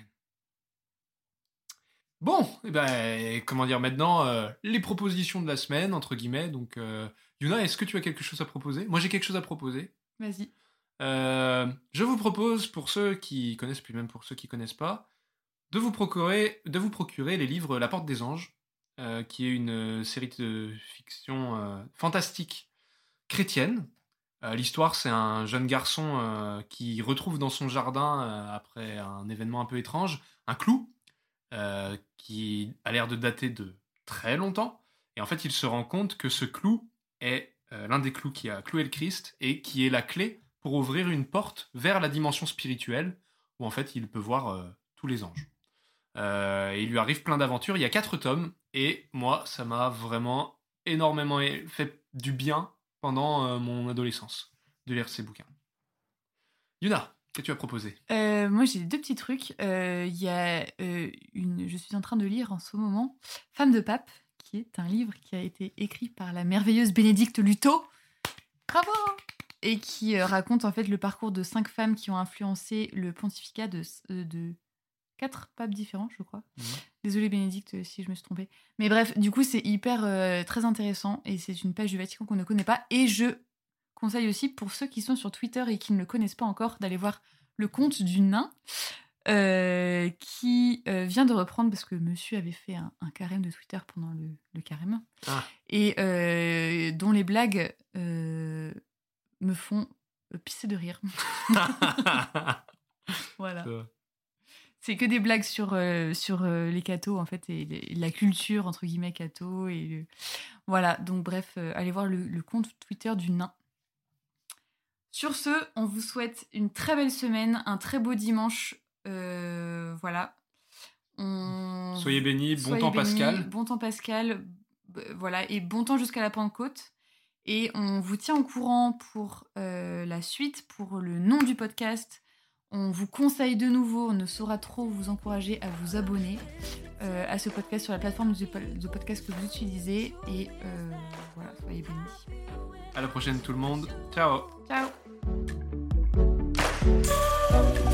Bon, et ben, comment dire maintenant, euh, les propositions de la semaine, entre guillemets. Donc, euh, Yuna, est-ce que tu as quelque chose à proposer ? Moi, j'ai quelque chose à proposer. Vas-y. Euh, je vous propose, pour ceux qui connaissent, puis même pour ceux qui connaissent pas, de vous procurer, de vous procurer les livres La Porte des Anges, euh, qui est une série de fiction euh, fantastique chrétienne. Euh, l'histoire, c'est un jeune garçon euh, qui retrouve dans son jardin, euh, après un événement un peu étrange, un clou euh, qui a l'air de dater de très longtemps. Et en fait, il se rend compte que ce clou est euh, l'un des clous qui a cloué le Christ et qui est la clé pour ouvrir une porte vers la dimension spirituelle où en fait, il peut voir euh, tous les anges. Euh, et il lui arrive plein d'aventures. Il y a quatre tomes et moi, ça m'a vraiment énormément fait du bien pendant euh, mon adolescence de lire ces bouquins. Yuna, qu'est-ce que tu as proposé ? euh, Moi, j'ai deux petits trucs. Il euh, y a euh, une... Je suis en train de lire en ce moment Femme de pape, qui est un livre qui a été écrit par la merveilleuse Bénédicte Luto. Bravo ! Et qui euh, raconte en fait le parcours de cinq femmes qui ont influencé le pontificat de, euh, de quatre papes différents, je crois. Mmh. Désolée Bénédicte si je me suis trompée. Mais bref, du coup, c'est hyper euh, très intéressant et c'est une page du Vatican qu'on ne connaît pas. Et je conseille aussi pour ceux qui sont sur Twitter et qui ne le connaissent pas encore d'aller voir le conte du nain euh, qui euh, vient de reprendre parce que monsieur avait fait un, un carême de Twitter pendant le, le carême ah. et euh, dont les blagues euh, me font pisser de rire. Voilà. Euh. C'est que des blagues sur, euh, sur euh, les cathos, en fait, et, les, la culture, entre guillemets, catho. Et le... Voilà, donc bref, euh, allez voir le, le compte Twitter du nain. Sur ce, on vous souhaite une très belle semaine, un très beau dimanche. Euh, voilà. On... Soyez bénis, bon Soyez temps bénis, Pascal. Bon temps Pascal, euh, voilà, et bon temps jusqu'à la Pentecôte. Et on vous tient au courant pour euh, la suite, pour le nom du podcast. On vous conseille de nouveau, on ne saura trop vous encourager à vous abonner euh, à ce podcast sur la plateforme de, de podcast que vous utilisez. Et euh, voilà, soyez bénis. À la prochaine tout le monde. Ciao. Ciao.